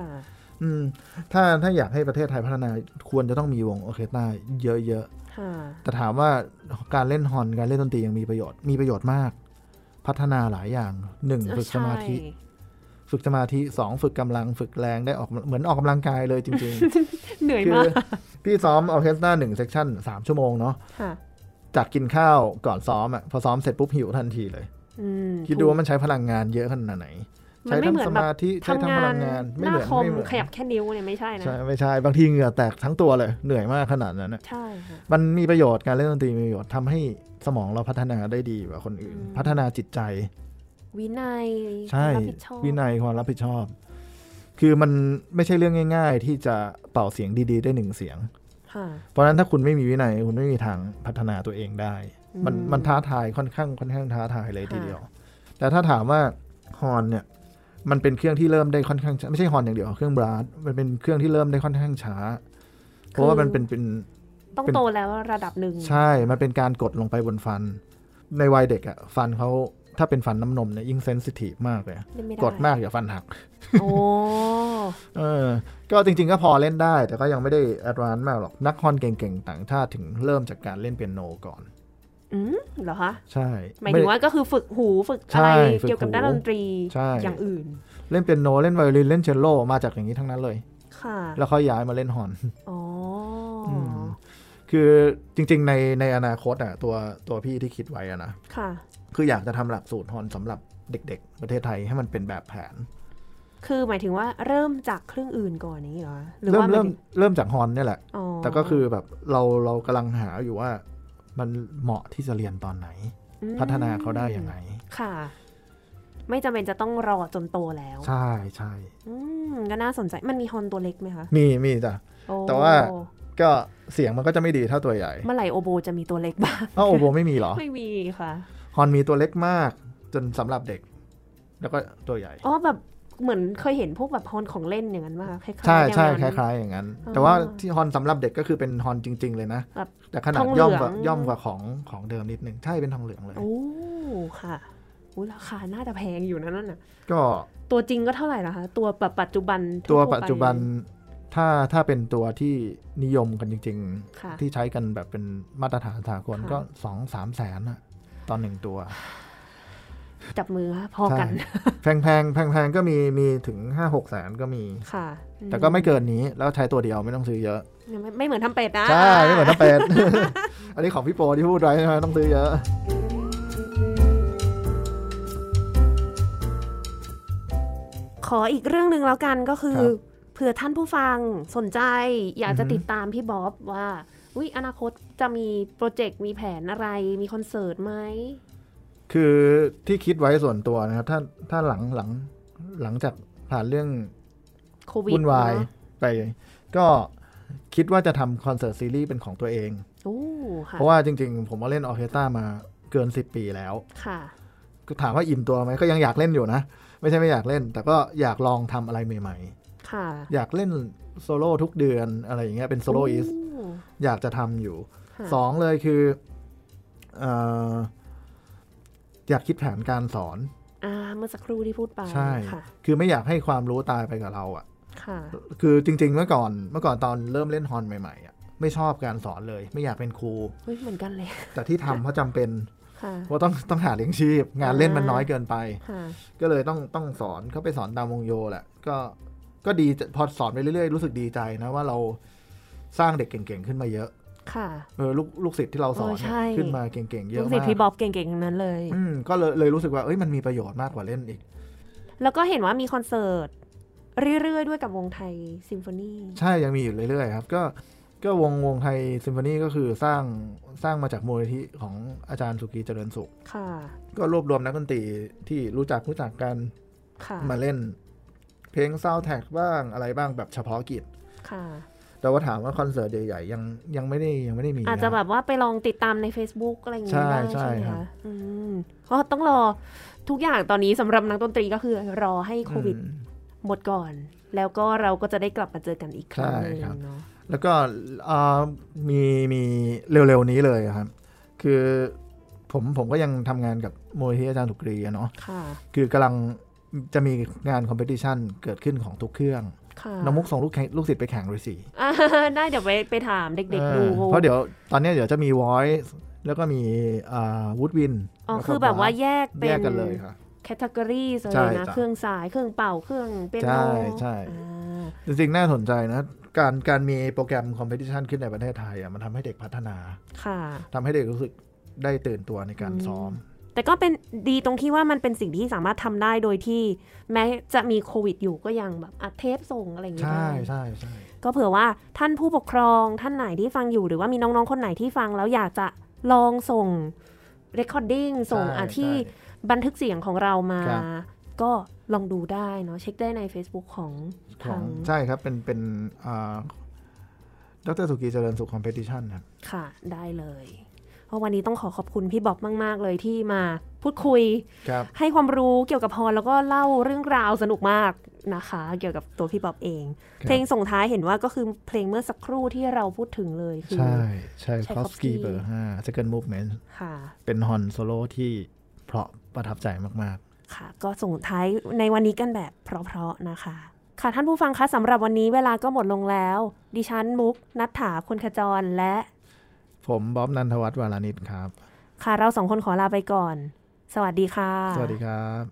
ถ้าอยากให้ประเทศไทยพัฒนาควรจะต้องมีวงออร์เคสตราเยอะๆแต่ถามว่าการเล่นฮอนการเล่นดนตรียังมีประโยชน์มากพัฒนาหลายอย่าง1ฝึกสมาธิ2ฝึกกำลังฝึกแรงได้ออกเหมือนออกกำลังกายเลยจริงๆเหนื่อยมากพี่ซ้อมออร์เคสตรา1เซสชั่น3ชั่วโมงเนาะจากกินข้าวก่อนซ้อมพอซ้อมเสร็จปุ๊บหิวทันทีเลยคิดดูว่ามันใช้พลังงานเยอะขนาดไหนใช้ทั้งสมาธิใช้ทั้งพลังงานไม่เหมือนขยับแค่นิ้วเนี่ยไม่ใช่นะใช่ไม่ใช่บางทีเหงื่อแตกทั้งตัวเลยเหนื่อยมากขนาดนั้นนะใช่มันมีประโยชน์การเล่นดนตรีมีประโยชน์ทำให้สมองเราพัฒนาได้ดีกว่าคนอื่นพัฒนาจิตใจวินัยใช่วินัยความรับผิดชอบคือมันไม่ใช่เรื่องง่ายๆที่จะเป่าเสียงดีๆได้1เสียงเพราะฉะนั้นถ้าคุณไม่มีวินัยคุณไม่มีทางพัฒนาตัวเองได้มันท้าทายค่อนข้างท้าทายเลยทีเดียวแต่ถ้าถามว่าฮอร์นเนี่ยมันเป็นเครื่องที่เริ่มได้ค่อนข้างไม่ใช่ฮอร์นอย่างเดียวเครื่องบราสมันเป็นเครื่องที่เริ่มได้ค่อนข้างช้าเพราะว่ามันเป็นต้องโตแล้วระดับหนึ่งใช่มันเป็นการกดลงไปบนฟันในวัยเด็กอ่ะฟันเขาถ้าเป็นฟันน้ำนมเนี่ยยิ่งเซนซิทีฟมากเลยกดมากอย่าฟันหักโอ้ก็จริงๆก็พอเล่นได้แต่ก็ยังไม่ได้แอดวานซ์มากหรอกนักฮอร์นเก่งๆต่างชาติถึงเริ่มจากการเล่นเปียโนก่อนเหรอคะใช่หมายถึงว่าก็คือฝึกหูฝึกอะไรเกี่ยวกับด้านดนตรีอย่างอื่นเล่นเปียโนเล่นไวโอลินเล่นเชลโลมาจากอย่างนี้ทั้งนั้นเลยค่ะแล้วค่อยย้ายมาเล่นฮอร์นอ๋อคือจริงๆในอนาคตอ่ะตัวพี่ที่คิดไว้อ่ะนะค่ะคืออยากจะทำหลักสูตรฮอร์นสำหรับเด็กๆประเทศไทยให้มันเป็นแบบแผนคือหมายถึงว่าเริ่มจากเครื่องอื่นก่อนนี้เหรอหรือว่าเริ่มจากฮอร์นนี่แหละแต่ก็คือแบบเรากำลังหาอยู่ว่ามันเหมาะที่จะเรียนตอนไหนพัฒนาเขาได้ยังไงค่ะไม่จำเป็นจะต้องรอจนโตแล้วใช่ใช่ก็น่าสนใจมันมีฮอร์นตัวเล็กไหมคะมีจ้ะแต่ว่าก็เสียงมันก็จะไม่ดีเท่าตัวใหญ่เมื่อไหร่โอโบจะมีตัวเล็กบ้างโอโบไม่มีหรอไม่มีค่ะฮอร์นมีตัวเล็กมากจนสำหรับเด็กแล้วก็ตัวใหญ่แบบเหมือนเคยเห็นพวกแบบฮอร์นของเล่นอย่างนั้นว่าคล้ายๆใช่ใช่คล้ายๆอย่างนั้นแต่ว่าที่ฮอร์นสำหรับเด็กก็คือเป็นฮอร์นจริงๆเลยนะแต่ขนาดย่อมกว่าของเดิมนิดนึงใช่เป็นทองเหลืองเลยโอ้ค่ะราคาน่าจะแพงอยู่นั่นน่ะก็ตัวจริงก็เท่าไหร่นะคะตัวปัจจุบันถ้าเป็นตัวที่นิยมกันจริงๆที่ใช้กันแบบเป็นมาตรฐานสากลก็ 2-3 แสนตอน1ตัวจับมือพอกันแพงก็มีถึง 5-6 แสนก็มีค่ะแต่ก็ไม่เกินนี้แล้วใช้ตัวเดียวไม่ต้องซื้อเยอะไม่เหมือนทำเป็ดนะใช่ไม่เหมือนทำเป็ด อันนี้ของพี่โปที่พูดไว้ใช่ไหมต้องซื้อเยอะขออีกเรื่องนึงแล้วกันก็คือเผื่อท่านผู้ฟังสนใจอยากจะติดตามพี่บ๊อบว่าอนาคตจะมีโปรเจกต์มีแผนอะไรมีคอนเสิร์ตไหมคือที่คิดไว้ส่วนตัวนะครับถ้าหลังจากผ่านเรื่องโควิดวุ่นวายไปก็คิดว่าจะทำคอนเสิร์ตซีรีส์เป็นของตัวเองเพราะว่าจริงๆผมมาเล่นออร์เคสตรามาเกิน10 ปีแล้วค่ะก็ถามว่าอิ่มตัวไหมก็ยังอยากเล่นอยู่นะไม่ใช่ไม่อยากเล่นแต่ก็อยากลองทำอะไรใหม่ๆค่ะอยากเล่นโซโล่ทุกเดือนอะไรอย่างเงี้ยเป็นโซโลอิสอยากจะทำอยู่2เลยคืออยากคิดแผนการสอนเมื่อสักครู่ที่พูดไปใช่คือไม่อยากให้ความรู้ตายไปกับเราอ่ะคือจริงๆเมื่อก่อนตอนเริ่มเล่นฮอร์นใหม่ๆไม่ชอบการสอนเลยไม่อยากเป็นครูเหมือนกันเลยแต่ที่ทำเพราะจำเป็นเพราะต้องหาเลี้ยงชีพงานเล่นมันน้อยเกินไปก็เลยต้องสอนเขาไปสอนตามวงโยแหละก็ดีพอสอนไปเรื่อยๆรู้สึกดีใจนะว่าเราสร้างเด็กเก่งๆขึ้นมาเยอะค่ะลูกศิษย์ที่เราสอนขึ้นมาเก่งๆเยอะมากลูกศิษย์พี่บ๊อบเก่งๆนั้นเลยก็เลยรู้สึกว่ามันมีประโยชน์มากกว่าเล่นอีกแล้วก็เห็นว่ามีคอนเสิร์ตเรื่อยๆด้วยกับวงไทยซิมโฟนีใช่ยังมีอยู่เรื่อยๆครับก็วงไทยซิมโฟนีก็คือสร้างมาจากมูลนิธิของอาจารย์สุกีเจริญสุขค่ะก็รวบรวมนักดนตรีที่รู้จักกันมาเล่นเพลงซาวด์แทร็กบ้างอะไรบ้างแบบเฉพาะกิจค่ะแต่ว่าถามว่าคอนเสิร์ตใหญ่ๆยังไม่ได้มีอาจจะแบบว่าไปลองติดตามใน Facebook อะไรอย่างเงี้ยใช่ไหมคะก็ต้องรอทุกอย่างตอนนี้สำหรับนักดนตรีก็คือรอให้โควิดหมดก่อนแล้วก็เราก็จะได้กลับมาเจอกันอีกครั้งนึงเนาะแล้วก็มีเร็วๆนี้เลยครับคือผมก็ยังทำงานกับมูลนิธิอาจารย์สุกรีเนาะคือกำลังจะมีงานคอมเพติชันเกิดขึ้นของทุกเครื่องน้องมุกส่งลูกศิษย์ไปแข่งด้วยสิได้เดี๋ยวไปถามเด็กๆดูเพราะตอนนี้เดี๋ยวจะมี Voice แล้วก็มีWoodwind คือแบบว่าแยกกันเลยค่ะแคตตากรีเลยนะเครื่องสายเครื่องเป่าเครื่องเปียโนใช่จริงๆน่าสนใจนะการมีโปรแกรมคอมเพติชันขึ้นในประเทศไทยมันทำให้เด็กพัฒนาทำให้เด็กรู้สึกได้ตื่นตัวในการซ้อมแต่ก็เป็นดีตรงที่ว่ามันเป็นสิ่งที่สามารถทำได้โดยที่แม้จะมีโควิดอยู่ก็ยังแบบอัดเทปส่งอะไรอย่างเงี้ยได้ใช่ก็เผื่อว่าท่านผู้ปกครองท่านไหนที่ฟังอยู่หรือว่ามีน้องๆคนไหนที่ฟังแล้วอยากจะลองส่ง recording ส่งที่บันทึกเสียงของเรามาก็ลองดูได้เนาะเช็คได้ใน Facebook ของใช่ครับเป็นดร.สุกีเจริญสุขคอมเพติชันครับค่ะได้เลยเพราะวันนี้ต้องขอบคุณพี่บ๊อบมากๆเลยที่มาพูดคุยให้ความรู้เกี่ยวกับฮอนแล้วก็เล่าเรื่องราวสนุกมากนะคะเกี่ยวกับตัวพี่บ๊อบเองเพลงส่งท้ายเห็นว่าก็คือเพลงเมื่อสักครู่ที่เราพูดถึงเลยคือใช่คอฟสกี้เบอร์ 5 Second Movement ค่ะเป็นฮอนโซโล่ที่เพราะประทับใจมากๆค่ะก็ส่งท้ายในวันนี้กันแบบเพราะๆนะคะค่ะท่านผู้ฟังคะสำหรับวันนี้เวลาก็หมดลงแล้วดิฉันมุกณัฐฐา คนขจรและผมบ๊อบนันทวัฒน์วารานิชครับค่ะเรา2คนขอลาไปก่อนสวัสดีค่ะสวัสดีครับ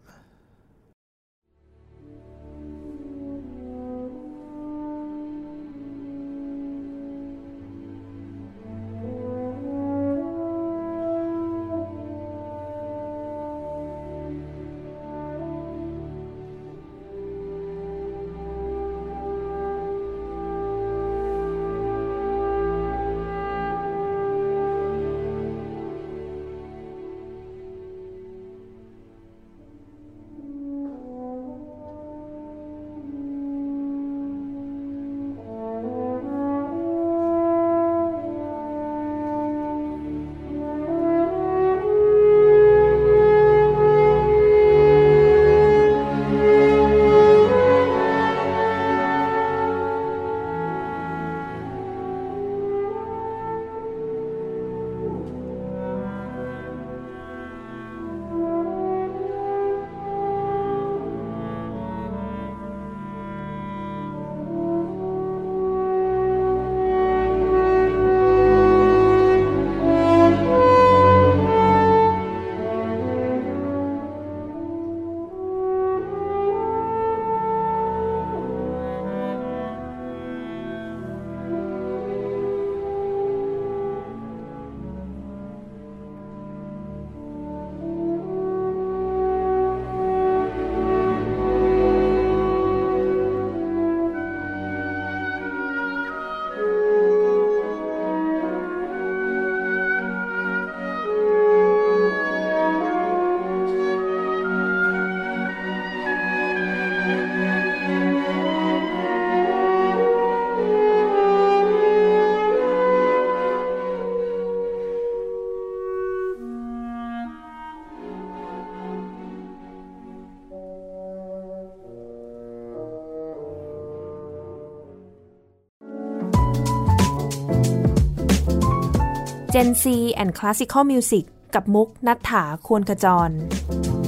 Gen C and Classical Music กับมุกณัฐฐา ควรขจร